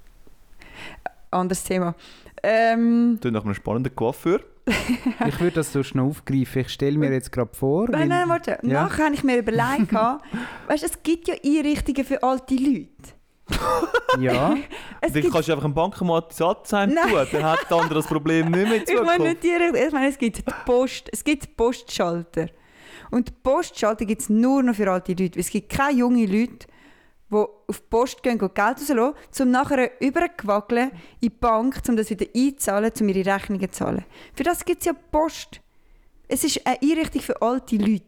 Anderes Thema. Ähm, Du nach einem spannenden Coiffeur. Ich würde das so schnell aufgreifen. Ich stelle mir jetzt gerade vor... nein, wenn- nein, warte. Ja. Nachher habe ich mir überlegt, weißt, es gibt ja Einrichtungen für alte Leute. Ja, Es Dann gibt, kannst du einfach einen Bankomat Satz tun, Nein. dann hat der andere das Problem nicht mehr in ich meine Zukunft. nicht die Einrichtung, ich meine, es gibt die Post, es gibt Postschalter. Und die Postschalter gibt es nur noch für alte Leute. Weil es gibt keine jungen Leute, die auf die Post gehen und Geld rauslassen, um nachher übergewackeln in die Bank, um das wieder einzahlen, um ihre Rechnungen zu zahlen. Für das gibt es ja Post. Es ist eine Einrichtung für alte Leute.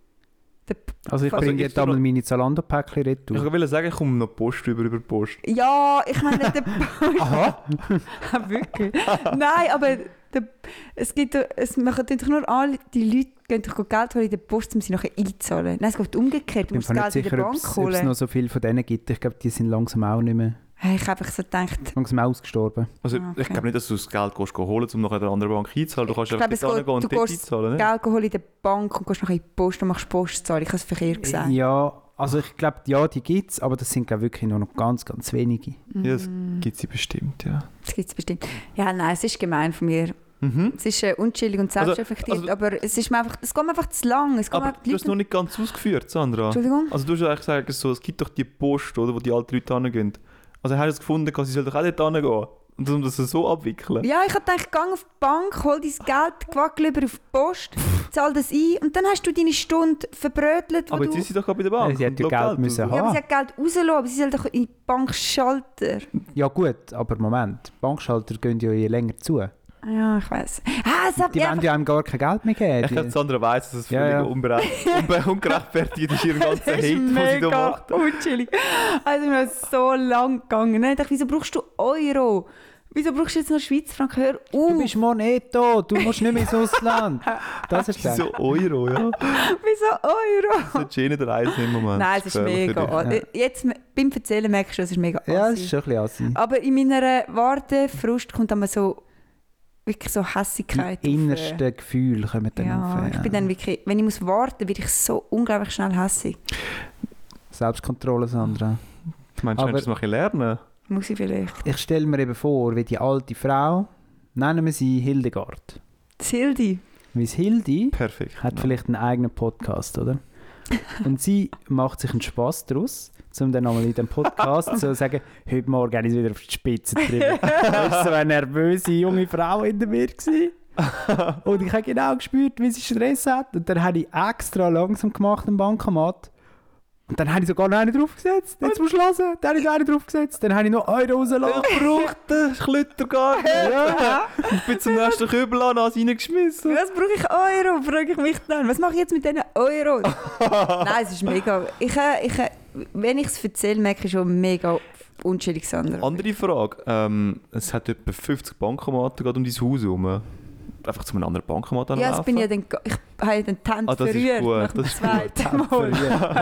Der P- also ich Also bringe ich jetzt einmal tue- meine Zalando-Päckchen Ich retour. wollte sagen, ich komme noch Post über, über Post. Ja, ich meine nicht der Post. Aha. Wirklich? Nein, aber der, es gibt, es machen doch nur alle, die Leute gehen doch Geld holen in der Post, um sie nachher einzahlen. Nein, es geht umgekehrt, du Ich bin musst mir das nicht Geld in der sicher, ob Bank es ob es holen. noch so viele von denen gibt. Ich glaube, die sind langsam auch nicht mehr... Hey, ich habe einfach so gedacht, Langsam ausgestorben. Also Ah, okay. ich glaube nicht, dass du das Geld gehst, gehen holen, um nachher der anderen Bank einzahlen. Du kannst Ich einfach glaube, es dort geht- hingehen und du dort gehst einzahlen. Ne? Geld holen in der Bank und gehst nachher in die Post und machst Postzahlen. Ich habe es verkehrt gesagt. Ja, also ich glaube, ja, die gibt es, aber das sind glaube wirklich nur noch ganz, ganz wenige. Ja, das Mm. gibt es bestimmt, ja. Das gibt es bestimmt. Ja, nein, es ist gemein von mir. Mhm. Es ist äh, unchillig und Also- selbstreflektiert, also- aber es, ist mir einfach, es geht mir einfach zu lang. Es geht mir Aber einfach- du hast es noch nicht ganz ausgeführt, Sandra. Entschuldigung? Also du hast ja eigentlich gesagt, so, es gibt doch die Post, oder, wo die alten Leute hingehen. Also hast du es gefunden, sie sollen doch auch dort hingehen. Und um das so abwickeln. Ja, ich habe gedacht, geh auf die Bank, hol dein Geld, gewackel über auf die Post, zahl das ein und dann hast du deine Stunde verbrötelt, wo Aber du... jetzt ist sie doch gerade bei der Bank. Ja, sie hat und ja lässt Geld müssen raus. haben. Ja, aber sie hat Geld rauslassen, aber sie soll doch in die Bank schalten. Ja gut, aber Moment, Bankschalter gehen ja je länger zu. Ja, ich weiss. Ah, es hat Die mich wollen einfach... ja einem gar kein Geld mehr geben. Ich glaube, Sandra weiss, dass es Ja, völlig ja. unbere- unbe- ungerechtfertigt ist, ihren ganzen Das Hate, ist den sie da mega macht. unchillig. Also mir ist so lang gegangen. Ich dachte, wieso brauchst du Euro? Wieso brauchst du jetzt noch Schweizer Franken? Hör Du auf! bist Moneto, du musst nicht mehr ins Ausland. Das ist das. So Euro, ja. Wieso Euro? Das ist eh nicht der Reise im Moment. Nein, es ist gefährlich für mega... dich. Jetzt beim Erzählen merkst du, es ist mega Ja, assi. das ist schon ein bisschen assi. Aber in meiner Wartefrust kommt dann so, wirklich so Hässigkeit. Die innersten Gefühle kommen dann ja, auf. ich bin dann wirklich, wenn ich muss warten, werde ich so unglaublich schnell hässig. Selbstkontrolle, Sandra. Meinst du, Aber- kannst du das mal lernen? Muss ich vielleicht. Ich stelle mir eben vor, wie die alte Frau, nennen wir sie Hildegard. Sildi. Wie Hildi Perfekt. hat vielleicht einen eigenen Podcast, oder? Und sie macht sich einen Spass daraus, um dann nochmal in dem Podcast zu sagen, heute Morgen habe ich es wieder auf die Spitze getrieben. Das war so eine nervöse junge Frau hinter mir. Gewesen. Und ich habe genau gespürt, wie sie Stress hat. Und dann habe ich extra langsam gemacht am Bankomat. Und dann habe ich sogar noch einen draufgesetzt. Jetzt musst du hören. Dann habe ich noch einen draufgesetzt. Dann habe ich noch Euro rausgelassen. Ich brauche den Klütter gar nicht. Ja. Ich bin zum nächsten Kübel an, habe reingeschmissen. Was brauche ich Euro? Frage ich mich dann. Was mache ich jetzt mit diesen Euros? Nein, es ist mega. Ich, äh, ich, äh, wenn ich es erzähle, merke ich schon mega unschuldig, Sandra. Andere Frage. Ähm, es hat etwa fünfzig Bankomaten gerade um dein Haus herum. Einfach zu einem anderen Bankomat Ja, das anlaufen. bin ich ja dann, ich habe ja den Tent Ah, das ist verrührt gut, nach dem das ist zweiten Mal.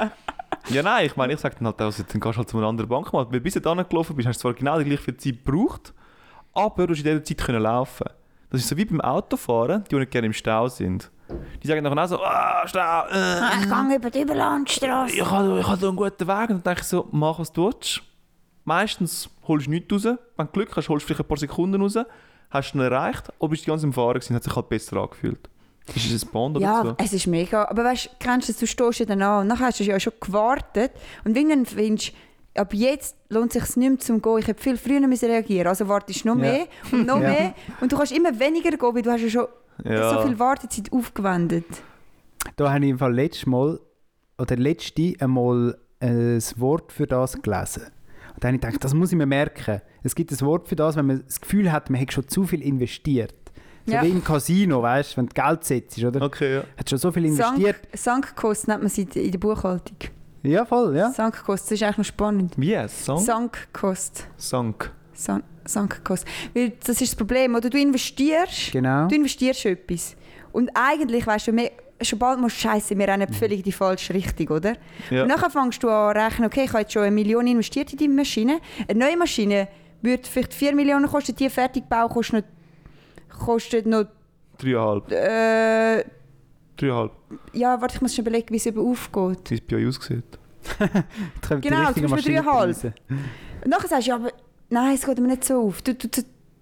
Ja, nein, ich meine, ich sage dann halt, also, dann gehst du halt zu einem anderen Bankomat. Weil bis du da gelaufen bist, hast du zwar genau die gleiche Zeit gebraucht, aber du hast in dieser Zeit können laufen. Das ist so wie beim Autofahren, die nicht gerne im Stau sind. Die sagen nachher auch so, ah, Stau, äh, Ich gehe über die Überlandstraße. ich habe ich hab so einen guten Weg. Und dann denke ich so, mach was du willst. Meistens holst du nichts raus. Wenn du Glück hast, holst du vielleicht ein paar Sekunden raus. Hast du ihn erreicht, oder bist du ganz im Fahren gewesen, hat sich halt besser angefühlt. Ist es ein Bond oder Ja, so? es ist mega. Aber weißt du, kennst du das, du stehst ja dann an und nachher hast du ja schon gewartet und irgendwann findest du, ab jetzt lohnt es sich nicht mehr zum Gehen. Ich hätte viel früher müssen reagieren. Also wartest du noch Ja. mehr und noch Ja. mehr und du kannst immer weniger gehen, weil du hast ja schon Ja. so viel Wartezeit aufgewendet. Da habe ich im Fall letztes Mal, oder letzte einmal ein Wort für das gelesen. Und dann habe ich gedacht, das muss ich mir merken. Es gibt ein Wort für das, wenn man das Gefühl hat, man hat schon zu viel investiert. So Ja. wie im Casino, weißt du, wenn du Geld setzt, oder? Okay, ja. Hat schon so viel investiert. Sank- Sankkost nennt man sie in der Buchhaltung. Ja, voll, ja. Sankkost, das ist eigentlich noch spannend. Wie? Yes, Song? Sankkost. Sank. San Sankkost. Weil das ist das Problem, oder? Du investierst, Genau. du investierst etwas. Und eigentlich weißt du, mehr, schon bald musst du scheiße, wir rennen völlig in die falsche Richtung, oder? Ja. Und nachher fängst du an zu rechnen, okay, ich habe jetzt schon eine Million investiert in die Maschine. Eine neue Maschine würde vielleicht vier Millionen kosten, die Fertigbau kostet noch, kostet noch Dreieinhalb. äh, Dreieinhalb. ja, warte, ich muss schon überlegen, wie es eben aufgeht. Wie es bei euch aussieht. Da kommt die Genau, richtige zum Beispiel Maschine dreieinhalb. raus. Und nachher sagst du, ja, aber nein, es geht mir nicht so auf. Du, du, du,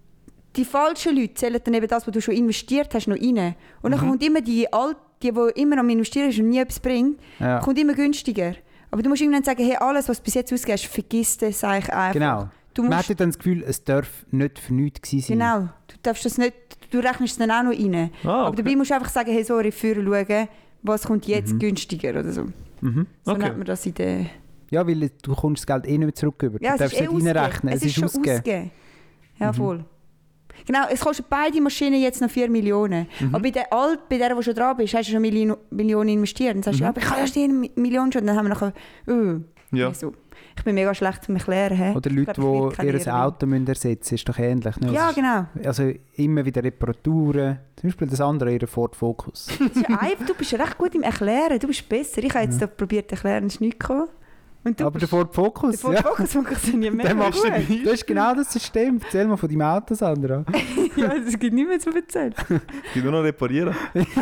die falschen Leute zählen dann eben das, was du schon investiert hast, noch rein. Und dann kommt immer die Alte, die, die immer am Investieren ist und nie etwas bringt, Ja. kommt immer günstiger. Aber du musst irgendwann sagen, hey, alles, was du bis jetzt ausgibst, vergiss das eigentlich einfach. Genau. Du Man musst, hat dann das Gefühl, es darf nicht für nichts gewesen sein. genau, du darfst das nicht, du rechnest es dann auch noch rein. Ah, Aber dabei musst du einfach sagen, hey, sorry, für schauen, was kommt jetzt Mhm. günstiger oder so. Mhm. So Okay. nennt man das in der... Ja, weil du kommst das Geld eh nicht mehr zurück über. Ja, du es ist darfst eh nicht ausgegeben. reinrechnen, Es, es, ist ist schon ausgegeben. ausgegeben. Ja, Mhm. voll. Genau, es kostet beide Maschinen jetzt noch vier Millionen. Mhm. Aber bei der Alt, bei der, die schon dran bist, hast du schon Millionen Millionen investiert. Dann sagst du, Mhm. ja, aber ich habe ja schon eine Million schon. Dann haben wir nachher, oh. Ja. So. Ich bin mega schlecht zum Erklären. He? Oder Ich Leute, glaub, ich werde die keine ihr Lehrerin. Auto müssen ersetzen müssen, ist doch ähnlich. Ne? Ja, Es ist- genau. Also immer wieder Reparaturen. Zum Beispiel das andere, ihr Ford Focus. Das ist ja einfach, du bist ja recht gut im Erklären. Du bist besser. Ich habe jetzt da probiert zu erklären, es ist nicht gekommen. Und du Aber der bist, Ford Focus, der Ford ja. Focus funktioniert mega Der gut. macht das ist genau das System. Erzähl mal von deinem Auto, Sandra. Ja, es gibt nichts mehr zu erzählen. Die nur noch reparieren.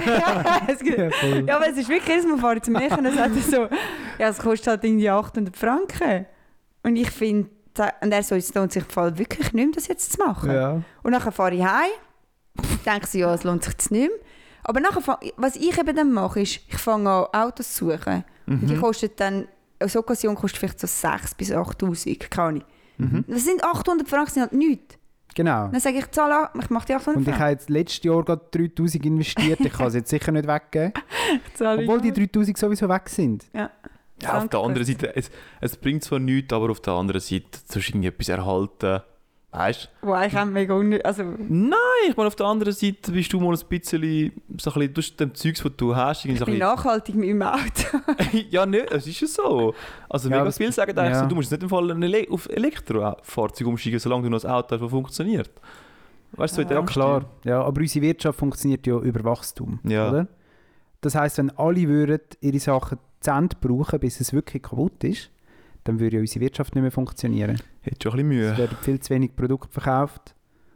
es gibt, Ja, voll. Ja, aber es ist wirklich, jedes Mal fahre ich zum Mechaniker und sagt er so, ja, es kostet halt irgendwie achthundert Franken. Und ich finde, und er so, es lohnt sich im Fall wirklich nicht mehr, das jetzt zu machen. Ja. Und dann fahre ich heim, denke so, ja, es lohnt sich jetzt nicht mehr. Aber nachher, fang- was ich eben dann mache, ist, ich fange an, Autos zu suchen. Und die kosten dann, eine Occasion kostet vielleicht so sechs bis achttausend, keine Ahnung. Mhm. Das sind achthundert Franken, sind halt nichts. Genau. Dann sage ich, zahle an, ich mache die achthundert Und ich Franken. habe jetzt letztes Jahr gerade dreitausend investiert. Ich kann es jetzt sicher nicht weggeben. Zahle ich Obwohl die an. dreitausend sowieso weg sind. Ja. Ja, auf der anderen Seite, es, es bringt zwar nichts, aber auf der anderen Seite sollst du irgendwie etwas erhalten. Weißt du? Wo eigentlich auch mega unnötig, also... Nein, ich meine, auf der anderen Seite bist du mal ein bisschen, so ein bisschen, du hast dem Zeugs, was du hast, irgendwie Ich so bin ein nachhaltig mit meinem Auto. bisschen, ja, nicht, es ist ja so. Also Ja, mega aber- viele sagen eigentlich ja. so, du musst nicht im Fall ein Ele- auf Elektrofahrzeug umsteigen, solange du noch ein Auto hast, das funktioniert. Weißt du, so in der Ja, Abstieg. klar. Ja, aber unsere Wirtschaft funktioniert ja über Wachstum. Ja. Oder? Das heisst, wenn alle würden ihre Sachen zu Ende brauchen, bis es wirklich kaputt ist, dann würde ja unsere Wirtschaft nicht mehr funktionieren. Hätte schon ein bisschen Es Mühe. werden viel zu wenig Produkte verkauft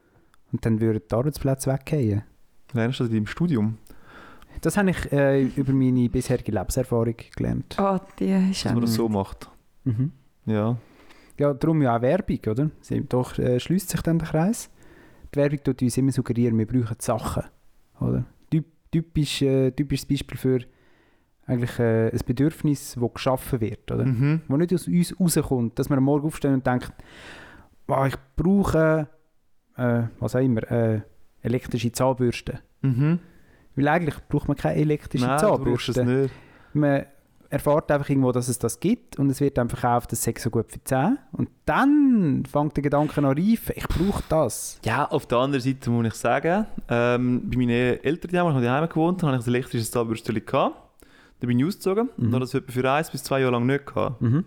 Und dann würden die Arbeitsplätze weggehen. Lernst du das in deinem Studium? Das habe ich äh, über meine bisherige Lebenserfahrung gelernt. Ah, die ist Dass auch man das nicht. so macht? Mhm. Ja. Ja, darum ja auch Werbung, oder? Sie, doch äh, schließt sich dann der Kreis. Die Werbung tut uns immer suggerieren, wir brauchen die Sachen, oder? Typ, typisch, äh, typisches Beispiel für eigentlich äh, ein Bedürfnis, das geschaffen wird, oder? Mhm. Wo nicht aus uns rauskommt, dass wir am Morgen aufstehen und denken, wow, ich brauche, äh, was auch immer, äh, elektrische Zahnbürste. Mhm. Weil eigentlich braucht man keine elektrische Nein, du brauchst es Zahnbürste. nicht. Man erfährt einfach irgendwo, dass es das gibt und es wird dann verkauft, das sei so gut für die Zähne. Und dann fängt der Gedanke an reifen, ich brauche das. Ja, auf der anderen Seite muss ich sagen, ähm, bei meinen Eltern, die haben noch daheim gewohnt, habe ich ein elektrisches Zahnbürstchen gehabt. Dann bin ich ausgezogen Mhm. und habe das etwa für eins bis zwei Jahre lang nicht gehabt. Mhm.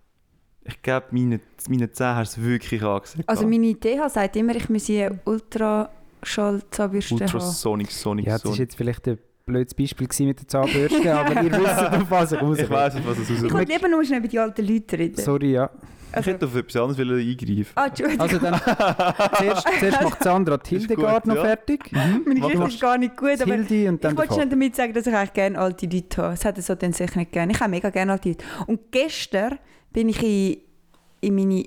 Ich glaube, meine, meine Zähne haben es wirklich angesehen. Also meine T H sagt immer, ich müsse eine Ultraschall-Zahnbürste haben. Ultrasonic, Sonic, Ja, das war Sonic. jetzt vielleicht ein blödes Beispiel gewesen mit der Zahnbürste, aber ihr wisst, auf was ich raus Ich weiss nicht, was es Ich aussieht. wollte lieber nur schnell über die alten Leute reden. Sorry, ja. Ich Also, hätte auf etwas anderes eingreifen. ah, Entschuldigung, Also dann, zuerst, zuerst macht Sandra die Ist Hildegard gut, noch ja. fertig. meine mach Geschichte mal. ist gar nicht gut, aber Hildi und dann ich der wollte schon Vater. damit sagen, dass ich eigentlich gerne alte Leute habe. Es hat so dann sicher nicht gerne. Ich habe mega gerne alte Leute. Und gestern bin ich in, in meine,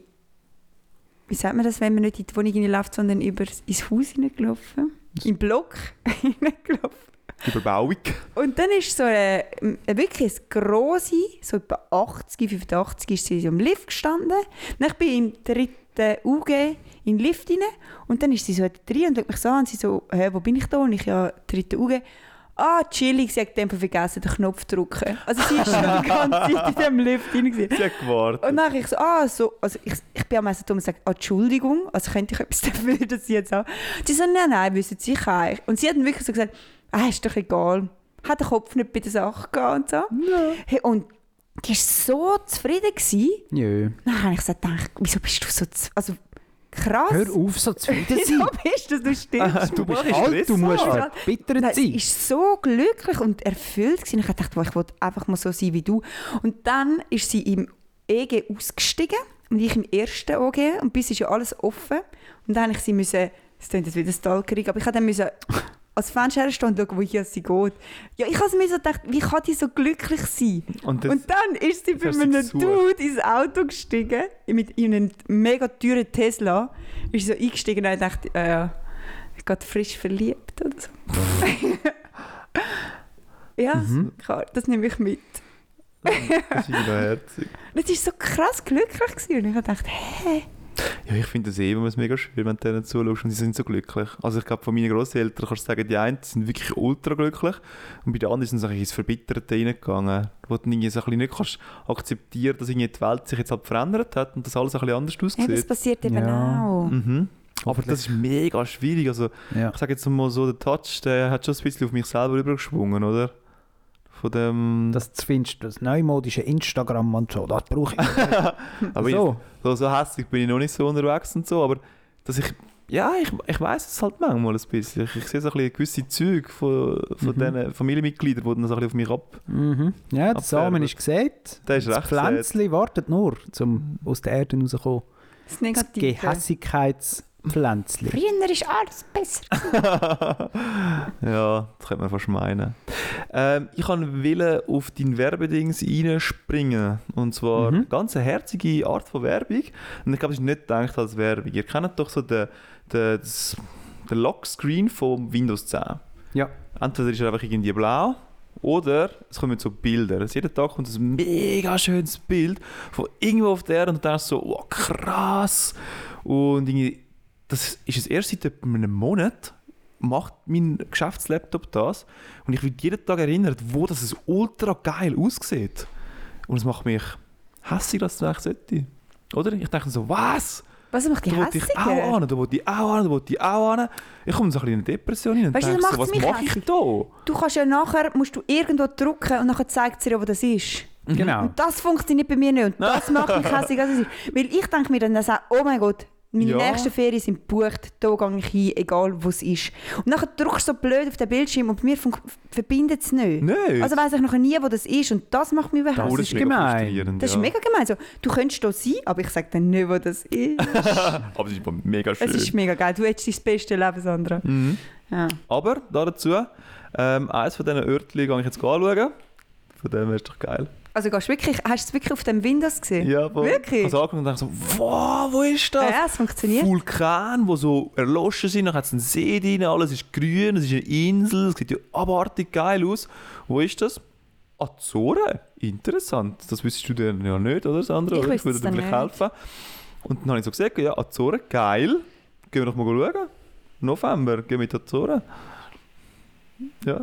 wie sagt man das, wenn man nicht in die Wohnung hineinläuft, sondern über ins Haus hineingelaufen. Im Block hineingelaufen. Überbauung. Und dann ist so eine, eine wirklich eine grosse, so etwa achtzig, fünfundachtzig, ist sie am Lift gestanden. Dann ich bin im dritten U G in den Lift rein und dann ist sie so drin und schaut mich so an und sie so, hä, wo bin ich da? Und ich, ja, dritte U G. Ah, chillig, sie hat einfach vergessen, den Knopf zu drücken. Also sie ist schon die ganze Zeit in diesem Lift drin gewesen. Sie hat gewartet. Und dann ich so, ah, so, also ich, ich bin am meisten dumm und sage, ah, Entschuldigung, also könnte ich etwas dafür, dass sie jetzt auch... Sie so, nein, nein, wissen Sie sicher. Und sie hat dann wirklich so gesagt, ah, ist doch egal, hat den Kopf nicht bei der Sache gehabt und so. Ja. Hey, und die war so zufrieden gewesen. Nö. Dann habe ich so gedacht, wieso bist du so... z- Also, krass. Hör auf, so zufrieden zu Wieso sein. bist du, du stirbst? Du bist machst alt, Stress. du musst Ja. verbittert Nein, sie sein. war so glücklich und erfüllt gewesen. Ich dachte, boah, ich wollte einfach mal so sein wie du. Und dann ist sie im E G ausgestiegen und ich im ersten O G und bis ist ja alles offen. Und dann musste ich sie müssen, das klingt jetzt wieder Stalkerig, aber ich musste dann müssen als Fenster herstehen und schauen, wohin sie geht. Ja, ich habe mir so gedacht, wie kann die so glücklich sein? Und das, Und dann ist sie bei hast du einem gesucht. Dude ins Auto gestiegen, mit in einen mega teuren Tesla. Ist so eingestiegen und ich dachte, äh, ja, ich bin frisch verliebt oder so. ja, Mhm. klar, das nehme ich mit. das ist wieder herzig. Das war so krass glücklich gewesen. und ich dachte, hä? Ja, ich finde das eh immer mega schön, wenn du denen zuschaust und sie sind so glücklich. Also ich glaube, von meinen Grosseltern kannst du sagen, die einen sind wirklich ultra glücklich und bei den anderen sind sie ins Verbitterte reingegangen, wo du irgendwie so ein bisschen nicht kannst akzeptieren, dass irgendwie die Welt sich jetzt halt verändert hat und dass alles ein bisschen anders Ja, das aussieht. passiert eben Ja. auch. Mhm. Aber das ist mega schwierig. Also Ja. ich sage jetzt mal so, der Touch, der hat schon ein bisschen auf mich selber übergeschwungen, oder? Von dem... Das findest du, das neumodische Instagram und so, das brauche ich. aber so. ich, so, so hässlich bin ich noch nicht so unterwegs und so, aber dass ich... Ja, ich, ich weiss es halt manchmal ein bisschen. Ich, ich sehe so ein bisschen gewisse Züge von, von Mhm. diesen Familienmitgliedern, die dann so ein bisschen auf mich ab... Mhm. Ja, der Samen Abfärben. ist gesät. Der ist Das recht Pflänzchen wartet nur, um aus der Erde rauszukommen. Das Das Negative. Gehässigkeitspflänzchen. Früher ist alles besser. Ja, das könnte man fast meinen. Ähm, ich wollte auf dein Werbedings reinspringen. Und zwar Mhm. eine ganz herzige Art von Werbung. Und ich glaube, es ist nicht gedacht als Werbung. Ihr kennt doch so den, den, das- den Lockscreen von Windows zehn. Ja. Entweder ist er einfach irgendwie blau oder es kommen so Bilder. Also jeden Tag kommt ein mega schönes Bild von irgendwo auf der Erde und du denkst so, wow, krass. Und irgendwie, das ist es erst seit etwa einem Monat, macht mein Geschäftslaptop das und ich werde jeden Tag erinnert, wo das so ultra geil aussieht. Und es macht mich hässlich, dass es eigentlich sollte. Oder? Ich denke so, was? Was macht die Da wollte ich auch hässiger? an, da wollte ich auch an, da wollte ich auch an. Ich komme so ein bisschen in eine Depression hin und Weißt du, denke das so, was macht's mich mache ich hässlich. da? Du kannst ja nachher, musst du irgendwo drücken und nachher zeigt es dir, wo das ist. Genau. Und das funktioniert bei mir nicht. Und das macht mich hässlich, als es ist. Weil ich denke mir dann auch, oh mein Gott, Meine Ja. nächsten Ferien sind gebucht, da gehe ich hin, egal wo es ist. Und nachher drückst du so blöd auf den Bildschirm und bei mir fun- verbindet es nicht. Nein. Also weiss ich noch nie, wo das ist und das macht mich Das überhaupt. Oh, ist mega gemein. frustrierend, Das ist ja. mega gemein. So, du könntest hier sein, aber ich sage dann nicht, wo das ist. Aber es ist einfach mega schön. Es ist mega geil. Du hättest dein beste Leben, Sandra. Mhm. Ja. Aber dazu, ähm, eines von diesen Örtchen gehe ich jetzt anschauen. Von dem her ist doch geil. Also gehst du wirklich, hast du es wirklich auf dem Windows gesehen? Ja, voll. Wirklich? Ich habe es angeguckt und dachte so, wow, wo ist das? Ja, es funktioniert. Vulkan, die so erloschen sind, dann hat es einen See drin, alles ist grün, es ist eine Insel, es sieht ja abartig geil aus. Wo ist das? Azoren? Interessant. Das wüsstest du dann ja nicht, oder Sandra? Ich Oder? wüsste würde es dir dann vielleicht nicht. helfen. Und dann habe ich so gesagt, ja, Azoren, geil. Gehen wir doch mal schauen. November, gehen wir mit Azoren. Ja.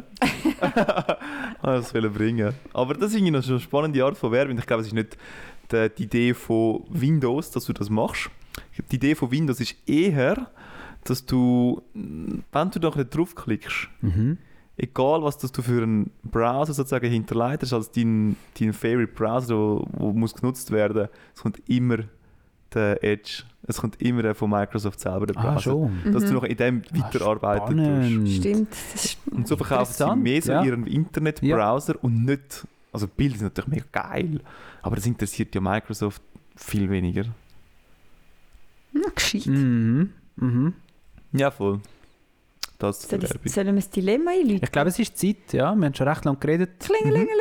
das will ich bringen. Aber das ist irgendwie noch so eine spannende Art von Werbung. Ich glaube, es ist nicht die, die Idee von Windows, dass du das machst. Die Idee von Windows ist eher, dass du, wenn du da ein bisschen draufklickst, Mhm. egal was das du für einen Browser sozusagen hinterleitest, als dein, dein Favorite Browser, wo, wo muss genutzt werden, es kommt immer der Edge, es kommt immer der von Microsoft selber, der Browser. Ah, schon. Dass du Mhm. noch in dem weiterarbeiten tust. Spannend. Stimmt. Das ist, Und so verkaufen sie Interessant, mehr so ja. ihren Internetbrowser und nicht, also Bilder sind natürlich mega geil, aber das interessiert ja Microsoft viel weniger. ja, gescheit. Mhm. Mhm. Ja, voll. Das zur Soll ich- Werbung. Sollen wir das Dilemma einläuten? Ich glaube, es ist Zeit, ja. Wir haben schon recht lange geredet. Klingelingeling.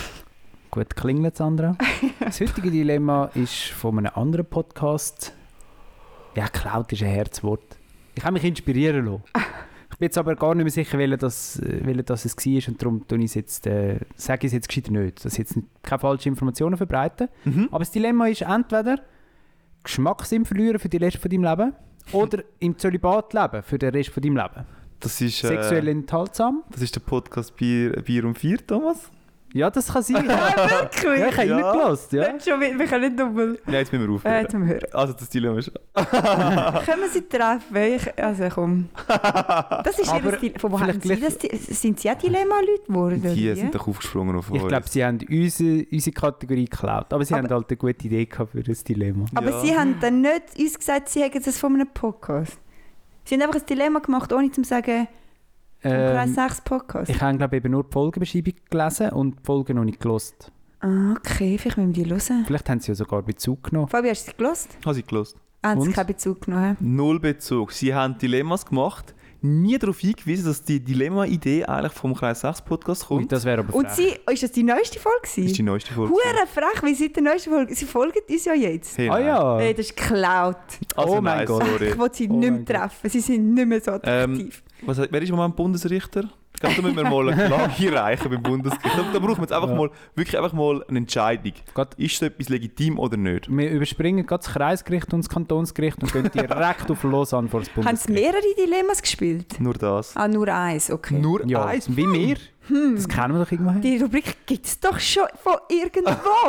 Gut, klingelt Sandra. Das heutige Dilemma ist von einem anderen Podcast. Ja, geklaut ist ein Herzwort. Ich habe mich inspirieren lassen. Ich bin jetzt aber gar nicht mehr sicher, welcher das, welcher das es war und darum tue ich es jetzt, äh, sage ich es jetzt gescheiter nicht, dass ich jetzt nicht, keine falschen Informationen verbreiten. Mhm. Aber das Dilemma ist entweder Geschmackssinn verlieren für den Rest von deinem Leben oder im Zölibat leben für den Rest von deinem Leben. Das ist, äh, Sexuell enthaltsam? das ist der Podcast Bier, Bier um vier, Thomas. Ja, das kann sein. ja, Wirklich? ich habe Ja. reingelassen, ja. Nicht schon wieder, wir können nicht doppelt. Ja, jetzt müssen wir Äh, aufhören. zum Hören. Also das Dilemma ist... Können wir sie treffen? Ich, also komm. Das ist Aber eben das Dilemma. Von wo haben vielleicht Sie das? Di- Sind Sie auch Dilemma-Leute geworden? Die oder wie? sind doch aufgesprungen auf Ich uns. glaube, sie haben unsere, unsere Kategorie geklaut. Aber sie Aber- haben halt eine gute Idee gehabt für das Dilemma. Aber Ja. Sie haben dann nicht uns gesagt, Sie hätten das von einem Podcast. Sie haben einfach ein Dilemma gemacht, ohne zu sagen, vom Kreis Ähm, sechs Podcast. ich habe glaube eben nur die Folgenbeschreibung gelesen und die Folgen noch nicht gelost. Ah, okay, vielleicht müssen wir die hören. Vielleicht haben sie ja sogar Bezug genommen. Fabi, hast du sie gelost? Habe ich gelost. Haben Sie Und? keinen Bezug genommen? Null Bezug. Sie haben Dilemmas gemacht, nie darauf hingewiesen, dass die Dilemma-Idee eigentlich vom Kreis sechs Podcast kommt. Ui, das wäre aber Und frech. Sie, ist das die neueste Folge? das ist die gewesen? neueste Folge. Hure frech, wie seit der neuesten Folge. Sie folgen uns ja jetzt. Hey, Ah nein. ja. Hey, das ist geklaut. Also Oh mein nein, Gott. sorry. Ich will sie Oh nicht mein mehr treffen. Sie sind nicht mehr so Ähm, attraktiv. Was, wer ist im Moment Bundesrichter? Ich glaube, da müssen wir mal eine Klage reichen beim Bundesgericht. Da, da brauchen wir jetzt einfach Ja. mal, wirklich einfach mal eine Entscheidung. Gott. Ist so etwas legitim oder nicht? Wir überspringen gerade das Kreisgericht und das Kantonsgericht und gehen direkt auf Lausanne vor das Haben Sie Bundesgericht. mehrere Dilemmas gespielt? Nur das. Ah, nur eins, okay. Nur Ja, eins. wie wir. Das kennen wir doch irgendwoher. Die Rubrik gibt es doch schon von irgendwo.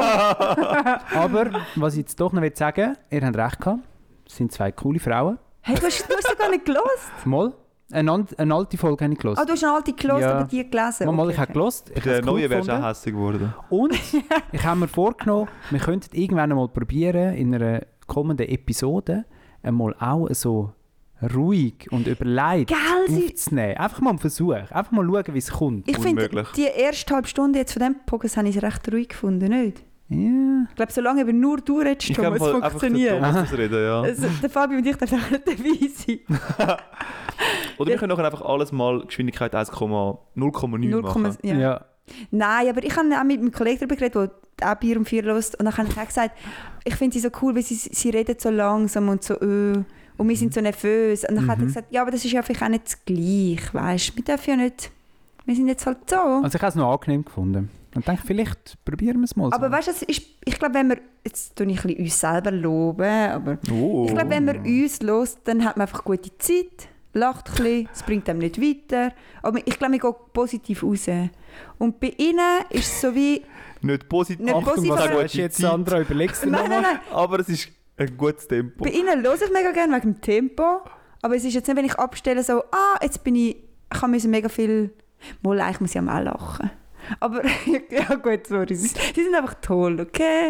Aber was ich jetzt doch noch sagen will, ihr habt recht gehabt. Es sind zwei coole Frauen. Hey, du hast, du hast doch gar nicht gelost. Mal, eine, an- eine alte Folge habe ich Ah, gelost. du hast eine alte gelost, Ja. aber die gelesen. Mal, mal, Okay, ich habe okay. gelost. Ich habe Der es cool neue wäre schon gefunden. hässlich geworden. Und ich habe mir vorgenommen, wir könnten irgendwann einmal probieren, in einer kommenden Episode einmal auch so ruhig und überlegt Gell, sie- aufzunehmen. Einfach mal einen Versuch. Einfach mal schauen, wie es kommt. Ich finde, Unmöglich. die erste halbe Stunde jetzt von diesem Podcast habe ich recht ruhig gefunden, nicht? Ja. Ich glaube, solange eben nur du redest, Ich Thomas, glaube, einfach der funktioniert. Thomas das reden, ja. Also, der Fabi und ich dürfen auch nicht dabei sein. Oder wir können nachher einfach alles mal Geschwindigkeit eins Komma null Komma neun null, machen. ja. Ja. Nein, aber ich habe auch mit meinem Kollegen darüber geredet, der auch Bier um vier hört. Und dann habe ich auch gesagt, ich finde sie so cool, weil sie, sie reden so langsam und so öh. Und wir sind so nervös. Und dann hat er gesagt, ja, aber das ist ja vielleicht auch nicht das Gleiche, weißt du? Wir dürfen ja nicht, wir sind jetzt halt so. Also ich habe es noch angenehm gefunden. Und denke, vielleicht probieren wir es mal so. Aber weißt du, es ist, ich glaube, wenn wir, jetzt tue ich ein bisschen uns selber loben, aber Oh. ich glaube, wenn man uns hört, dann hat man einfach gute Zeit, lacht ein bisschen, es bringt einem nicht weiter. Aber ich glaube, wir gehen positiv raus. Und bei ihnen ist es so wie, Nicht positiv, Nicht Achtung, positiv, was aber- sagst du jetzt, Sandra? Überlegst du nein, nochmal? nein, nein, aber es ist ein gutes Tempo. bei ihnen höre ich mega gerne wegen dem Tempo, aber es ist jetzt nicht, wenn ich abstelle, so, ah, jetzt bin ich, ich habe müssen mega viel, wohl eigentlich muss ich auch lachen. Aber, ja gut, sorry, sie, sie sind einfach toll, okay?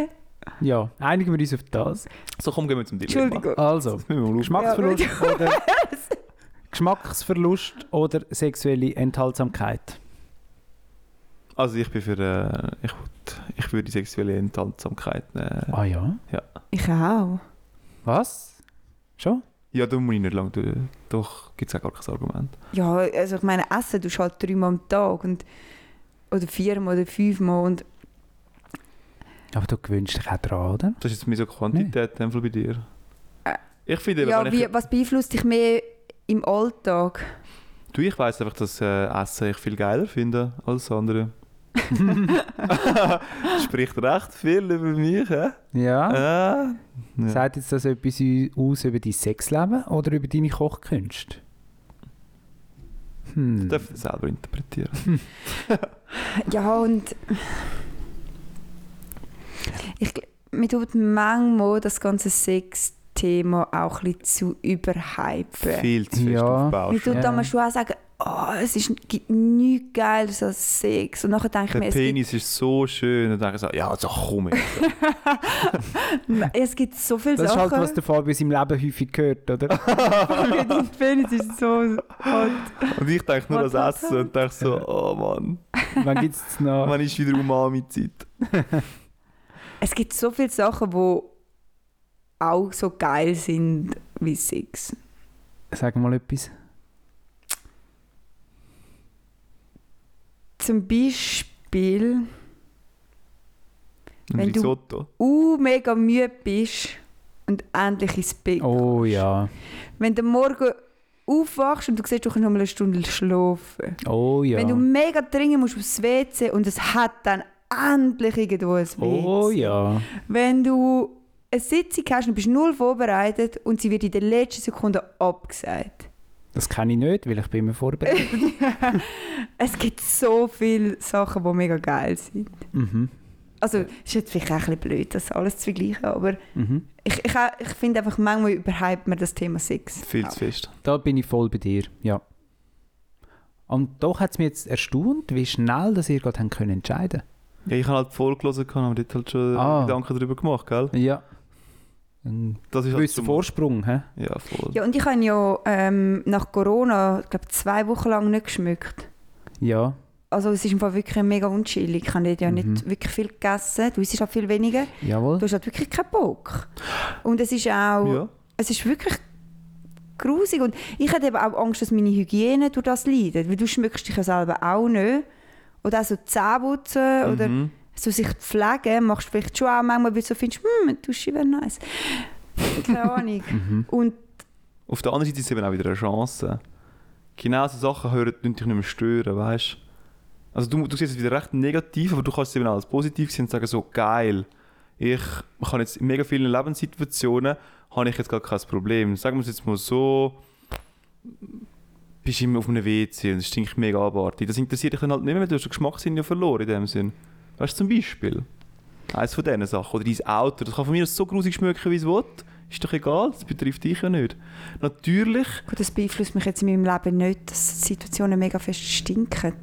Ja, einigen wir uns auf das. So, komm, gehen wir zum Dilemma. Entschuldigung. Also, Das müssen wir mal Geschmacksverlust oder Geschmacksverlust oder sexuelle Enthaltsamkeit? Also ich bin für... Äh, ich, würd- ich würde die sexuelle Enthaltsamkeit nehmen. Ah ja? Ich auch. Was? Schon? Ja, da muss ich nicht lange durch. Doch, gibt es auch gar kein Argument. Ja, also ich meine, essen tust du halt dreimal am Tag. Und, oder viermal oder fünfmal. Und Aber du gewöhnst dich auch dran, oder? Das ist jetzt mehr so Quantität in dem Fall bei dir. Äh, Ich finde, eben, ja, wenn wie, ich... was beeinflusst dich mehr im Alltag? Du, ich weiss einfach, dass äh, Essen ich viel geiler finde als das andere. Spricht recht viel über mich, hä? Ja. Äh, ja. Sagt jetzt das etwas aus über dein Sexleben oder über deine Kochkünste? Hm. Darf ich selber interpretieren. Ja, und ich, gl- mir tut manchmal das ganze Sex-Thema auch ein bisschen zu überhypen. Viel zu fest Ja. aufbaust. Mir tut Ja. da mal schon auch sagen, oh, es ist, gibt nichts Geiles als Sex. Und nachher denke ich Der mir, es gibt, Penis ist so schön. Und dann denke ich so, ja, also komm jetzt. es gibt so viele Das ist halt, Sachen. was der Fabio in seinem Leben häufig hört, oder? Dein Penis ist so hot. Und ich denke nur What ans the Essen und denke so, oh Mann, Wann gibt es noch? wann ist wieder Umami-Zeit? Es gibt so viele Sachen, die auch so geil sind wie Sex. Sag mal etwas. Zum Beispiel, Ein Wenn du- Risotto. uh, mega müde bist und endlich ins Bett Oh kommst. ja. Wenn du morgen aufwachst und du siehst, du kannst noch mal eine Stunde schlafen. Oh ja. Wenn du mega dringend musst aufs W C und es hat dann endlich irgendwo ein W C. Oh ja. Wenn du eine Sitzung hast und bist null vorbereitet und sie wird in der letzten Sekunde abgesagt. Das kenne ich nicht, weil ich bin immer vorbereitet. Es gibt so viele Sachen, die mega geil sind. mhm. Also, es ist jetzt vielleicht auch ein bisschen blöd, das alles zu vergleichen, aber Mhm. ich, ich, ich finde einfach, manchmal überhypt man das Thema Sex. Viel zu fest. Da bin ich voll bei dir, ja. Und doch hat es mich jetzt erstaunt, wie schnell dass ihr gerade haben können entscheiden. Ja, ich habe halt voll gelesen, aber dort halt schon Ah. Gedanken darüber gemacht, gell? Ja. Ein Das ist gewisser zum- Vorsprung, hä? Ja, voll. Ja, und ich habe ja ähm, nach Corona, ich glaube, zwei Wochen lang nicht geschmückt. Ja. Also es ist im Fall wirklich mega unchillig. Ich habe dort ja Mhm. nicht wirklich viel gegessen. Du isst halt viel weniger. Jawohl. Du hast halt wirklich keinen Bock. Und es ist auch... Ja. Es ist wirklich grusig. Und ich hatte eben auch Angst, dass meine Hygiene durch das leidet. Weil du schmückst dich ja selber auch nicht. Oder auch so Zähneputzen oder Mhm. so sich pflegen machst du vielleicht schon auch manchmal, weil du so findest, hm, eine Dusche wäre nice. Keine Ahnung. Mhm. Und Auf der anderen Seite ist es eben auch wieder eine Chance. Genau so Sachen hören dich nicht mehr stören, weißt du? Also du, du siehst es wieder recht negativ, aber du kannst es eben auch als positiv sehen und sagen so, geil, ich kann jetzt in mega vielen Lebenssituationen habe ich jetzt gar kein Problem. Sagen wir es jetzt mal so, bist immer auf einem W C und es stinkt mega abartig. Das interessiert dich dann halt nicht mehr, weil du hast den Geschmackssinn ja verloren in dem Sinn. Weißt du, zum Beispiel? Eines von diesen Sachen. Oder dein Auto, das kann von mir aus so grusig schmecken, wie es will. Ist doch egal, das betrifft dich ja nicht. Natürlich... gut, das beeinflusst mich jetzt in meinem Leben nicht, dass die Situationen mega fest stinken.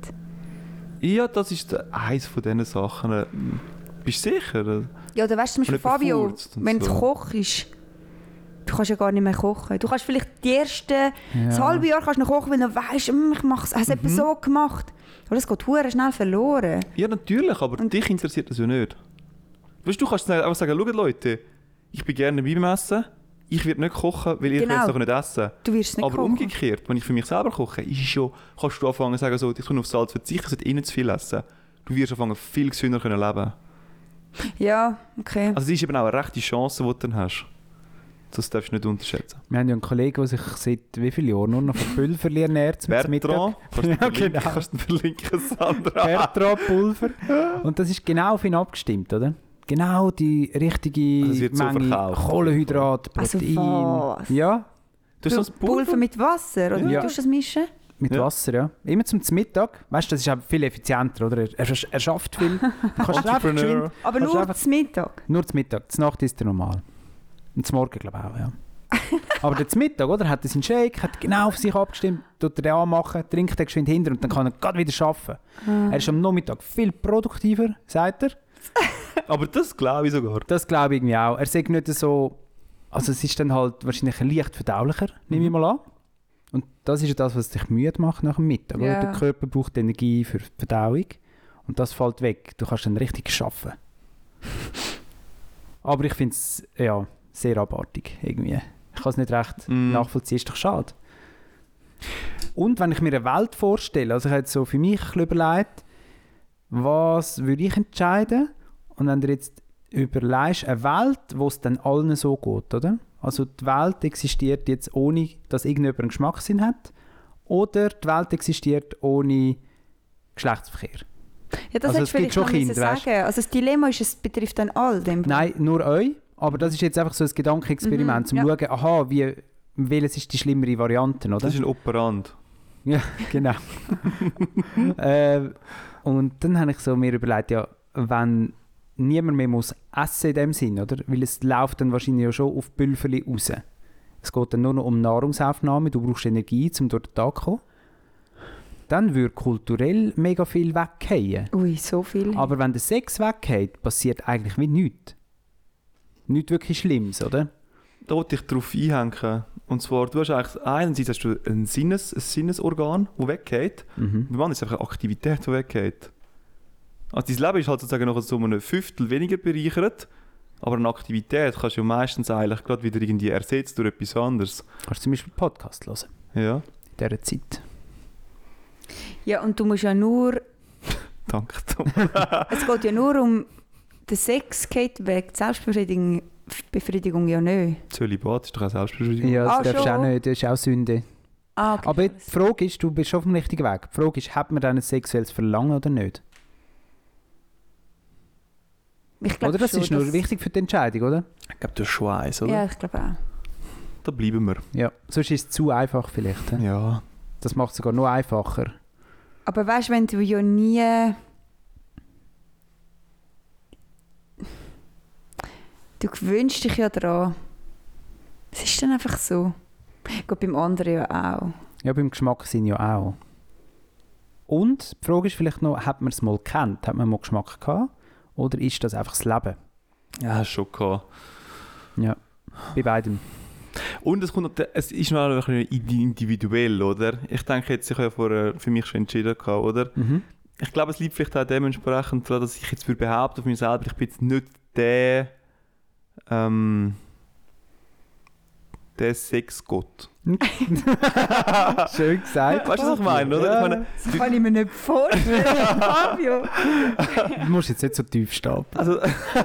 Ja, das ist der- eins von diesen Sachen. Bist du sicher? Ja, oder weißt du, zum Beispiel Und jemand Fabio, furzt und wenn so. du kochst, du kannst ja gar nicht mehr kochen. Du kannst vielleicht die ersten, Ja. das halbe Jahr kannst du noch kochen, weil du weißt, hm, ich mache es, hast Mhm. es so gemacht. Aber das geht verdammt schnell verloren. Ja, natürlich, aber Und- dich interessiert das ja nicht. Weißt du, du kannst einfach sagen, schaut Leute, ich bin gerne beim Essen, ich werde nicht kochen, weil ihr Genau. könnt es doch nicht essen. Du wirst es nicht Aber kochen. umgekehrt, wenn ich für mich selber koche, ist es schon, kannst du anfangen zu sagen, so, ich kann auf Salz verzichten, ich sollte eh nicht zu viel essen. Du wirst anfangen, viel gesünder können leben. Ja, okay. Also das ist eben auch eine rechte Chance, die du dann hast. Das darfst du nicht unterschätzen. Wir haben ja einen Kollegen, der sich seit wie vielen Jahren nur noch von Pulver ernährt zum Bertrand, Mittag. kannst du Ja, verlinken, genau. kannst du verlinken, Sandra. Bertrand Pulver. Und das ist genau auf ihn abgestimmt, oder? Genau die richtige Also es wird so Menge verkauft. Kohlenhydrat, Also Protein. was? Ja, Du hast das Pulver Pulver? mit Wasser, oder? Ja. Du tust das mischen? mit Ja. Wasser, ja. Immer zum Mittag. Weißt du, das ist auch viel effizienter, oder? Er, er, er schafft viel. Du kannst einfach geschwind, Entrepreneur. Aber Kannst nur einfach- zum Mittag. nur zum Mittag. Zur Nacht ist er normal. Und zum Morgen, glaube ich, auch, ja. Aber der zum Mittag, oder? Hat er seinen Shake, hat genau auf sich abgestimmt, tut er den anmachen, trinkt er geschwind hinter und dann kann er gerade wieder arbeiten. Ah. Er ist am Nachmittag viel produktiver, sagt er. Aber das glaube ich sogar. Das glaube ich irgendwie auch. Er sagt nicht so... Also es ist dann halt wahrscheinlich leicht verdaulicher, nehme ich mal an. Und das ist ja das, was dich müde macht nach dem Mittag. Ja. Oder? Der Körper braucht Energie für die Verdauung. Und das fällt weg. Du kannst dann richtig arbeiten. Aber ich finde es ja, sehr abartig irgendwie. Ich kann es nicht recht Mm. nachvollziehen. Ist doch schade. Und wenn ich mir eine Welt vorstelle, also ich habe jetzt so für mich ein bisschen überlegt, was würde ich entscheiden? Und wenn du jetzt überlegst, eine Welt, wo es dann allen so geht, oder? Also die Welt existiert jetzt ohne, dass irgendjemand einen Geschmackssinn hat, oder die Welt existiert ohne Geschlechtsverkehr. Ja, das Also hättest es du gibt vielleicht schon noch Kinder, müssen weißt? sagen. Also das Dilemma ist, es betrifft dann all dem. Nein, nur euch, aber das ist jetzt einfach so ein Gedankenexperiment, Mhm, zum ja. schauen, aha, wie, welches ist die schlimmere Variante, oder? Das ist ein Operand. Ja, genau. äh, und dann habe ich so mir überlegt, ja, wenn niemand mehr muss essen in dem Sinn, oder? Weil es läuft dann wahrscheinlich ja schon auf Pülverli raus. Es geht dann nur noch um Nahrungsaufnahme, du brauchst Energie, um durch den Tag zu kommen. Dann würde kulturell mega viel weggehen. Ui, so viel. Aber wenn der Sex weggeht, passiert eigentlich wie nichts. Nichts wirklich Schlimmes, oder? Da wollte ich darauf einhängen. Und zwar, du hast eigentlich, einerseits hast du ein, Sinnes, ein Sinnesorgan, das weggeht. Mhm. Beim anderen ist es einfach eine Aktivität, die weggeht. Also dein Leben ist halt sozusagen noch so um ein Fünftel weniger bereichert, aber eine Aktivität kannst du ja meistens eigentlich gerade wieder irgendwie ersetzt durch etwas anderes. Kannst du zum Beispiel Podcast hören, Ja, in dieser Zeit. Ja, und du musst ja nur... danke Tom. Es geht ja nur um den Sex geht weg, die Selbstbefriedigung Befriedigung ja nicht. Zölibat ist doch auch Selbstbefriedigung. Ja, das Ah, darfst du schon? auch nicht, das ist auch Sünde. Ah, okay. Aber die Frage ist, du bist schon auf dem richtigen Weg. Die Frage ist, hat man dann ein sexuelles Verlangen oder nicht? Ich glaub Oder das schon, ist nur dass- wichtig für die Entscheidung, oder? Ich glaube, das ist schon eins, oder? Ja, ich glaube auch. Da bleiben wir. Ja. Sonst ist es zu einfach vielleicht. he? Ja. Das macht es sogar noch einfacher. Aber weißt du, wenn du ja nie... Du gewöhnst dich ja daran. Es ist dann einfach so. Gut, beim anderen ja auch. Ja, beim Geschmackssinn ja auch. Und die Frage ist vielleicht noch, hat man es mal gekannt? Hat man mal Geschmack gehabt? Oder ist das einfach das Leben? Ja, hast du schon gehabt. Ja, bei beidem. Und es, kommt noch, es ist noch ein bisschen individuell, oder? Ich denke jetzt, ich habe ja vorher für mich schon entschieden gehabt, oder? Mhm. Ich glaube, es liegt vielleicht auch dementsprechend daran, dass ich jetzt würde behaupten auf mich selber, ich bin jetzt nicht der, ähm, der Sexgott. Schön gesagt. Weißt du, was ich meine, oder? Ja. Ich meine, Das kann ich mir nicht vorstellen, Fabio. Du musst jetzt nicht so tief stapeln. also,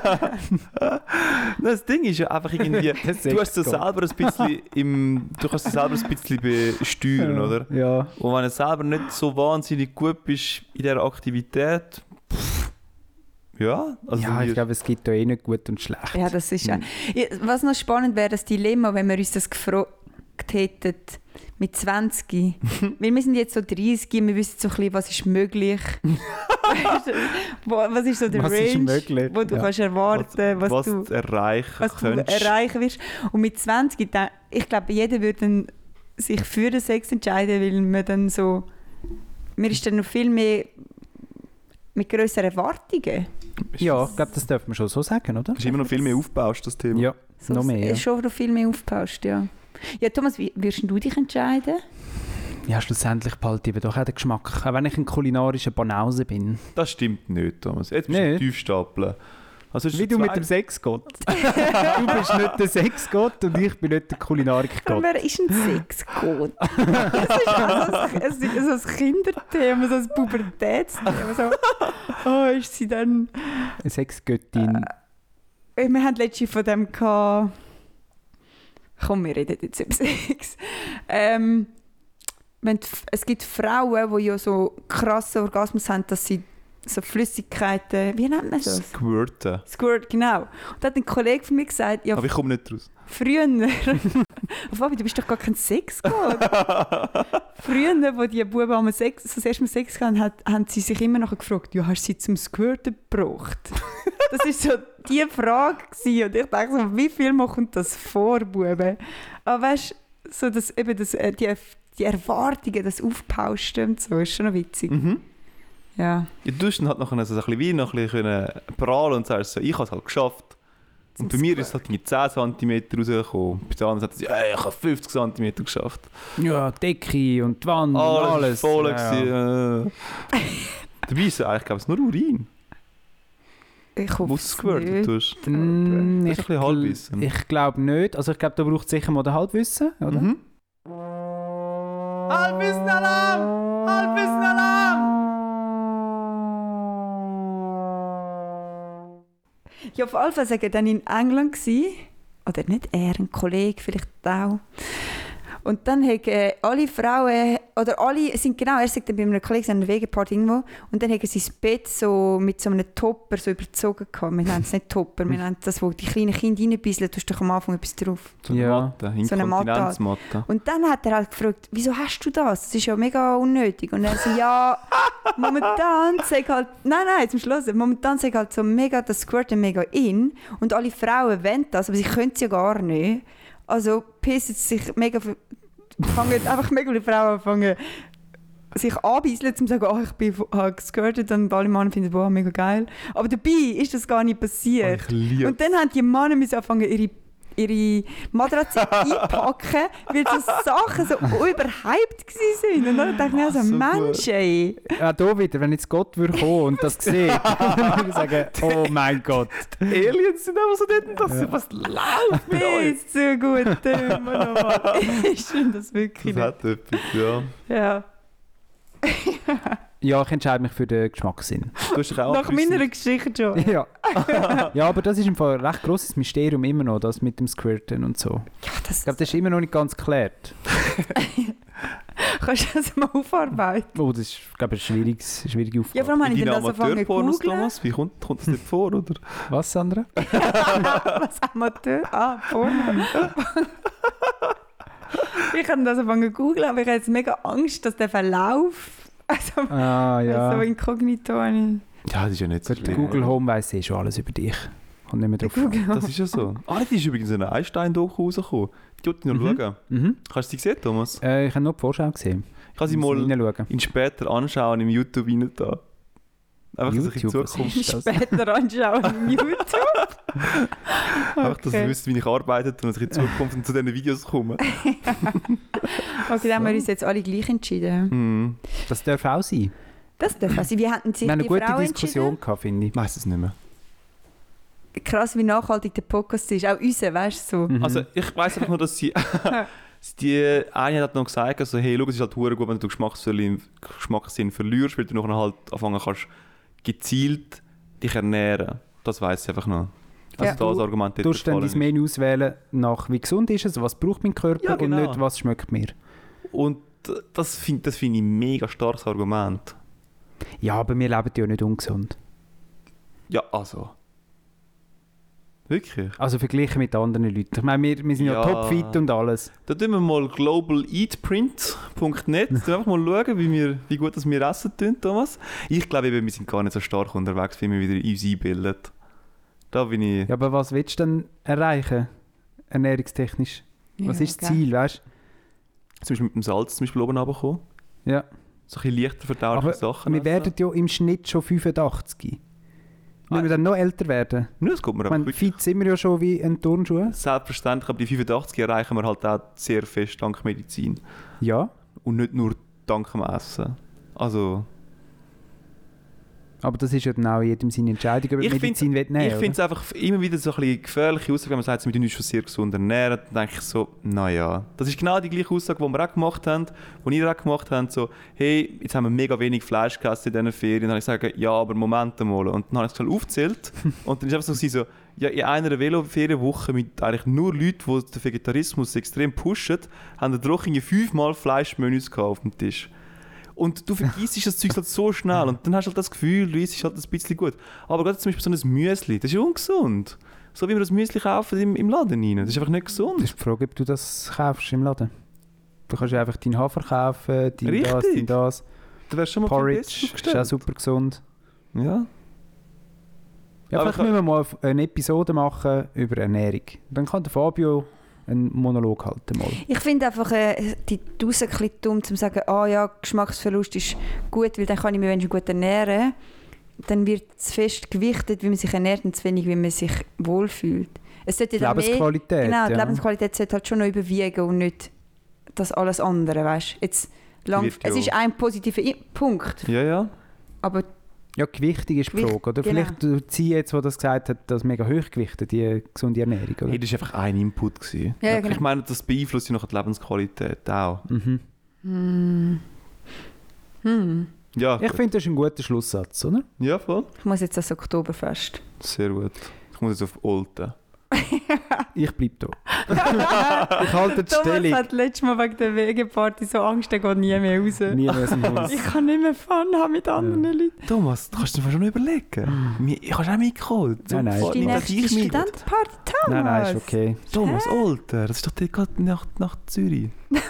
das Ding ist ja einfach irgendwie, du hast es selber ein bisschen im, du kannst es selber ein bisschen besteuern, oder? Ja. Und wenn du selber nicht so wahnsinnig gut bist in dieser Aktivität, pff, ja, also ja, ich wir- glaube, es gibt da eh nicht gut und schlecht. Ja, das ist ja. Hm. Ja, was noch spannend wäre, das Dilemma, wenn wir uns das gefragt hätten mit zwanzig. Weil wir sind jetzt so dreißig, wir wissen so ein bisschen, was ist möglich. Weißt du, wo- was ist so der Was ist Range, möglich? wo du Ja. kannst erwarten, was, was du, du erreichen was du könntest. erreichen wirst. Und mit zwanzig, dann, ich glaube, jeder würde dann sich für den Sex entscheiden, weil man dann so, mir ist dann noch viel mehr mit grösseren Erwartungen. Ja, ich glaube, das darf man schon so sagen, oder? Du hast immer noch viel mehr aufgebaut, das Thema. Ja, So noch mehr. Ja. Schon noch viel mehr aufgepasst, ja. Ja, Thomas, wie würdest du dich entscheiden? Ja, schlussendlich behalte ich aber doch auch den Geschmack. Auch wenn ich ein kulinarischer Banause bin. Das stimmt nicht, Thomas. Jetzt bist du Nicht? Tiefstapeln. Also es ist Wie du zwei- mit dem Sexgott. Du bist nicht der Sexgott und ich bin nicht der Kulinarikgott. Wer ist ein Sexgott? Das ist also ein, es ist so ein Kinderthema, so ein Pubertätsthema. So, oh, ist sie dann... Eine Sexgöttin. Äh, Wir hatten letztens von dem gehabt... Komm, wir reden jetzt über Sex. Ähm, wenn die, es gibt Frauen, die ja so krasse Orgasmus haben, dass sie so Flüssigkeiten... Wie nennt man das? Squirten. Squirt, genau. Und da hat ein Kollege von mir gesagt, ja, Aber ich komme nicht raus. früher... Fabi, du bist doch gar kein Sexgott. Früher, wo die Buben einmal Sex, so das erste Mal Sex hatten, hat, haben sie sich immer noch gefragt, ja, hast du sie zum Squirten gebraucht? Das war so die Frage gewesen. Und ich dachte so, wie viel Mal kommt das vor, Buben? Aber weißt du, so das, eben das, äh, die, die Erwartungen, das Aufpauschen und so, ist schon noch witzig. Mhm. Ja. Ja, du hast dann halt nachher so ein bisschen wie noch ein bisschen prahlen und sagst so, ich habe es halt geschafft. Und bei mir ist es halt irgendwie zehn Zentimeter rausgekommen. Bei den anderen sagt sie, hey, ich habe fünfzig Zentimeter geschafft. Ja, die Decke und die Wand Alles, und alles. voll. Ja. Ja. Dabei ist es eigentlich, glaube ich, nur Urin. Ich Wo hoffe du es es gewürdet nicht. hast. Mm, Das ist ich ein bisschen Halbwissen. Ich glaube nicht. Also ich glaube, da braucht es sicher mal den Halbwissen, oder? Mhm. Halbwissen-Alarm! Halbwissen-Alarm! Ja, auf jeden Fall sagen dann in England gsi, oder nicht er, ein Kollege vielleicht auch. Und dann haben äh, alle Frauen, oder alle sind genau, er sagt dann bei einem Kollegen an einer Wegeparty irgendwo, und dann haben sie das Bett so mit so einem Topper so überzogen gehabt. Wir nennen es nicht Topper, wir nennen das, wo die kleinen Kinder reinbisseln, du hast doch am Anfang etwas drauf. So eine Ja. Matte, So eine Matte. Inkontinenzmatte. Und dann hat er halt gefragt, wieso hast du das? Das ist ja mega unnötig. Und er so, ja, momentan sag halt, nein, nein, zum Schluss, momentan sag halt so mega, das Squirten mega in und alle Frauen wollen das, aber sie können es ja gar nicht. Also pissen sie sich mega, ver- fangen einfach mega viele Frauen anfangen, sich anbeißeln, um zu sagen, oh, ich bin halt gesquirtet und alle Männer finden, boah, mega geil. Aber dabei ist das gar nicht passiert. Ich liebe Und dann haben die Männer müssen anfangen, ihre, ihre Matratze einpacken, weil so Sachen so überhyped waren. Und dann dachte ich mir so, so gut. Mensch, ey. Ja, da wieder, wenn jetzt Gott würde kommen und das sieht, dann würde ich sagen, oh mein Gott. Aliens sind einfach so dort und das Ja. was läuft mit euch. Ist so gut, immer nochmal. Ich finde das wirklich Das hat etwas, ja. ja. Ja, ich entscheide mich für den Geschmackssinn. Du hast dich auch Nach gewusst- meiner Geschichte schon. Ja. Ja, aber das ist im Fall ein recht grosses Mysterium immer noch, das mit dem Squirten und so. Ja, das Ich glaube, das ist immer noch nicht ganz geklärt. kannst du das mal aufarbeiten. Oh, das ist, glaube ich, eine schwierige, schwierige Aufgabe. Ja, vor allem habe In ich dann deinen das angefangen zu Amateurpornos, googeln. Thomas, wie kommt, kommt das nicht vor, oder? Was, Sandra? Was Amateur? Ah, Porno. Ich habe das angefangen zu googeln, aber ich habe jetzt mega Angst, dass der Verlauf, also, Ah, ja. also inkognito, habe Ja, das ist ja nicht so Gut, Google Home weiss eh schon alles über dich. Kommt nicht mehr drauf ich an. Google. Das ist ja so. Ah, die ist übrigens eine Einstein-Doku rausgekommen. Die wollte ich noch Mhm. schauen. Mhm. Hast du sie gesehen, Thomas? Äh, ich habe nur die Vorschau gesehen. Ich kann sie Muss mal reinschauen. in später anschauen im YouTube rein da. Einfach, dass ich in YouTube, was Zukunft... ist das? Später anschauen im YouTube. Einfach, dass ihr Okay. wisst, wie ich arbeite und dass ich in Zukunft zu diesen Videos komme. Okay, dann haben wir uns jetzt alle gleich entschieden. Hm. Das darf auch sein. Das darf also, wie hätten sich Wir haben eine die gute Frauen Diskussion gehabt, finde ich. Ich weiss es nicht mehr. entschieden? Krass, wie nachhaltig der Podcast ist. Auch unser, weißt du, so. Mhm. Also ich weiss einfach nur, dass sie... die eine hat noch gesagt, also, hey, schau, es ist halt verdammt gut, wenn du Geschmackssinn, Geschmackssinn verlierst, weil du nachher halt anfangen kannst, gezielt dich ernähren. Das weiss ich einfach noch. Also Ja. das Argument Du dort musst dann gefallen dein Menü auswählen nach wie gesund ist es, was braucht mein Körper Ja, genau. und nicht was schmeckt mir. Und das finde das find ich ein mega starkes Argument. Ja, aber wir leben ja nicht ungesund. Ja, also. Wirklich? Also verglichen mit anderen Leuten. Ich meine, wir, wir sind ja, Ja. topfit und alles. Da tun wir mal global eat print punkt net einfach mal schauen, wie, wir, wie gut das wir essen tun, Thomas. Ich glaube eben, wir sind gar nicht so stark unterwegs, wie wir wieder uns einbilden. Da bin ich... Ja, aber was willst du denn erreichen, ernährungstechnisch? Was Ja, ist das gell. Ziel, weißt Zum Beispiel mit dem Salz zum Beispiel oben runterkommen. du? Ja. So ein bisschen leichter verdauliche Aber Sachen wir essen. werden ja im Schnitt schon fünfundachtzig. Wenn wir dann noch älter werden. Ja, das kommt mir Ich einfach meine, wirklich... fit sind wir ja schon wie ein Turnschuh. Selbstverständlich, aber die fünfundachtzig erreichen wir halt auch sehr fest dank Medizin. Ja, Und nicht nur dank dem Essen. Also... aber das ist ja dann auch in jedem seine Entscheidung, ob Ich die Medizin will nehmen. Ich finde es einfach immer wieder so ein bisschen gefährliche Aussage, wenn man sagt, wir tun uns schon sehr gesund ernähren. Dann denke ich so, naja. Das ist genau die gleiche Aussage, die wir auch gemacht haben, die ihr auch gemacht habt. So, hey, jetzt haben wir mega wenig Fleisch gegessen in diesen Ferien. Dann habe ich gesagt, ja, aber Moment mal. Und dann habe ich es aufgezählt. Und dann ist einfach so, so ja, in einer Veloferienwoche mit eigentlich nur Leuten, die den Vegetarismus extrem pushen, haben wir doch irgendwie fünfmal Fleischmenüs gehabt auf dem Tisch. Und du vergisst das Zeug halt so schnell und dann hast du halt das Gefühl, du isst halt ein bisschen gut. Aber gerade zum Beispiel so ein Müsli, das ist ja ungesund. So wie wir das Müsli kaufen im, im Laden rein. Das ist einfach nicht Das gesund. ist die Frage, ob du das kaufst im Laden. Du kannst ja einfach deinen Hafer kaufen, dein Richtig. das, dein das. Du wärst schon mal viel Porridge besser ist auch aufgestellt. super gesund. Ja. Ja, Aber vielleicht ich- müssen wir mal eine Episode machen über Ernährung. Dann kann der Fabio einen Monolog halten mal. Ich finde einfach äh, die Dose ein bisschen dumm, zu sagen, ah ja, Geschmacksverlust ist gut, weil dann kann ich mich wenigstens gut ernähren. Dann wird es fest gewichtet, wie man sich ernährt und zu wenig, wie man sich wohlfühlt. Es sollte Die dann Lebensqualität, Mehr, genau, die ja. Lebensqualität sollte halt schon noch überwiegen und nicht das alles andere, weißt? Jetzt lang, Wird es ja- ist ein positiver I- Punkt, Ja, ja. aber Ja, gewichtig ist die Gewicht, Frage. Oder genau. vielleicht du zieh jetzt, wo das gesagt hat, das mega hochgewichtet, die gesunde Ernährung. Oder? Hey, das war einfach ein Input. Gewesen. Ja, ja, genau. Ich meine, das beeinflusst ja noch die Lebensqualität auch. Mhm. hm. Hm. Ja, Ich gut. finde, das ist ein guter Schlusssatz, oder? Ja, voll. Ich muss jetzt das Oktoberfest. Sehr gut. Ich muss jetzt auf Olten. Ich bleibe da. Ich halte die Thomas Stellung. hat letztes Mal wegen der Wegeparty so Angst, er geht nie mehr raus. Nie mehr aus dem Haus. Ich kann nicht mehr Fun haben mit anderen Leuten. Thomas, du kannst dir schon noch überlegen. Mir- Ich habe auch mitgekommen. So Nein, nein. fahrt Die nicht, dass nächste ich mit. Studentenparty, Thomas. Nein, nein, ist okay. Thomas, Olten, das ist doch dort gerade nach, nach Zürich.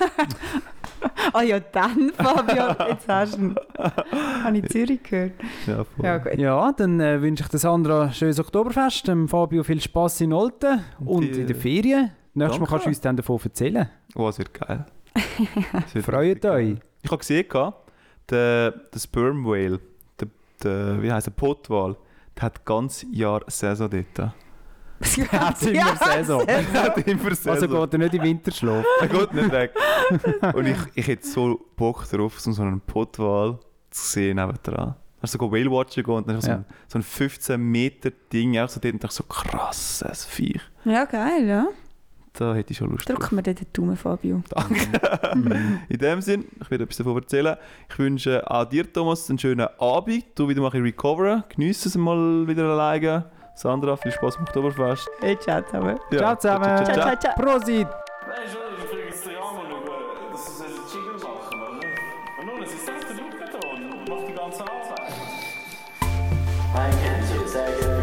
Ah ja, dann, Fabio, jetzt hast du ihn. Habe ich Zürich gehört? Ja, voll. Ja, gut. Ja, dann äh, wünsche ich der Sandra ein schönes Oktoberfest, dem Fabio viel Spass in Olten und die- in den Ferien. Nächstes Mal Danke. kannst du uns dann davon erzählen. Oh, das wird geil. Das wird Freut richtig geil. euch. Ich habe gesehen, der, der Sperm Whale, der, der, wie heisst der Potwal, der hat ganz Jahr Saison dort. Er hat immer Saison. Er hat immer Saison. Also geht er nicht in Winterschlaf. Er geht nicht weg. Und ich, ich hätte so Bock darauf, so einen Potwal zu sehen nebendran. Also so Whale Watcher gehen und dann so, Ja. ein, so ein fünfzehn Meter Ding auch so dort und dachte so krasses Viech. Ja, geil, ja. Da hätte ich schon Lust drauf. Drück mir den Daumen, Fabio. In dem Sinn, ich werde etwas davon erzählen. Ich wünsche auch dir, Thomas, einen schönen Abend. Du wieder mal ein bisschen recoveren. Genieße es mal wieder alleine. Sandra, viel Spaß beim Oktoberfest. Hey, ciao zusammen. Ja. Ciao zusammen. Ciao, ciao, ciao. Prosit. Nein, schon, ich frage jetzt den Jan mal, dass sie einen Jingle machen, oder? Und nun, es ist selbst der Luca da und macht die ganze Arbeit. Ein Kennzeichen, sehr geehrte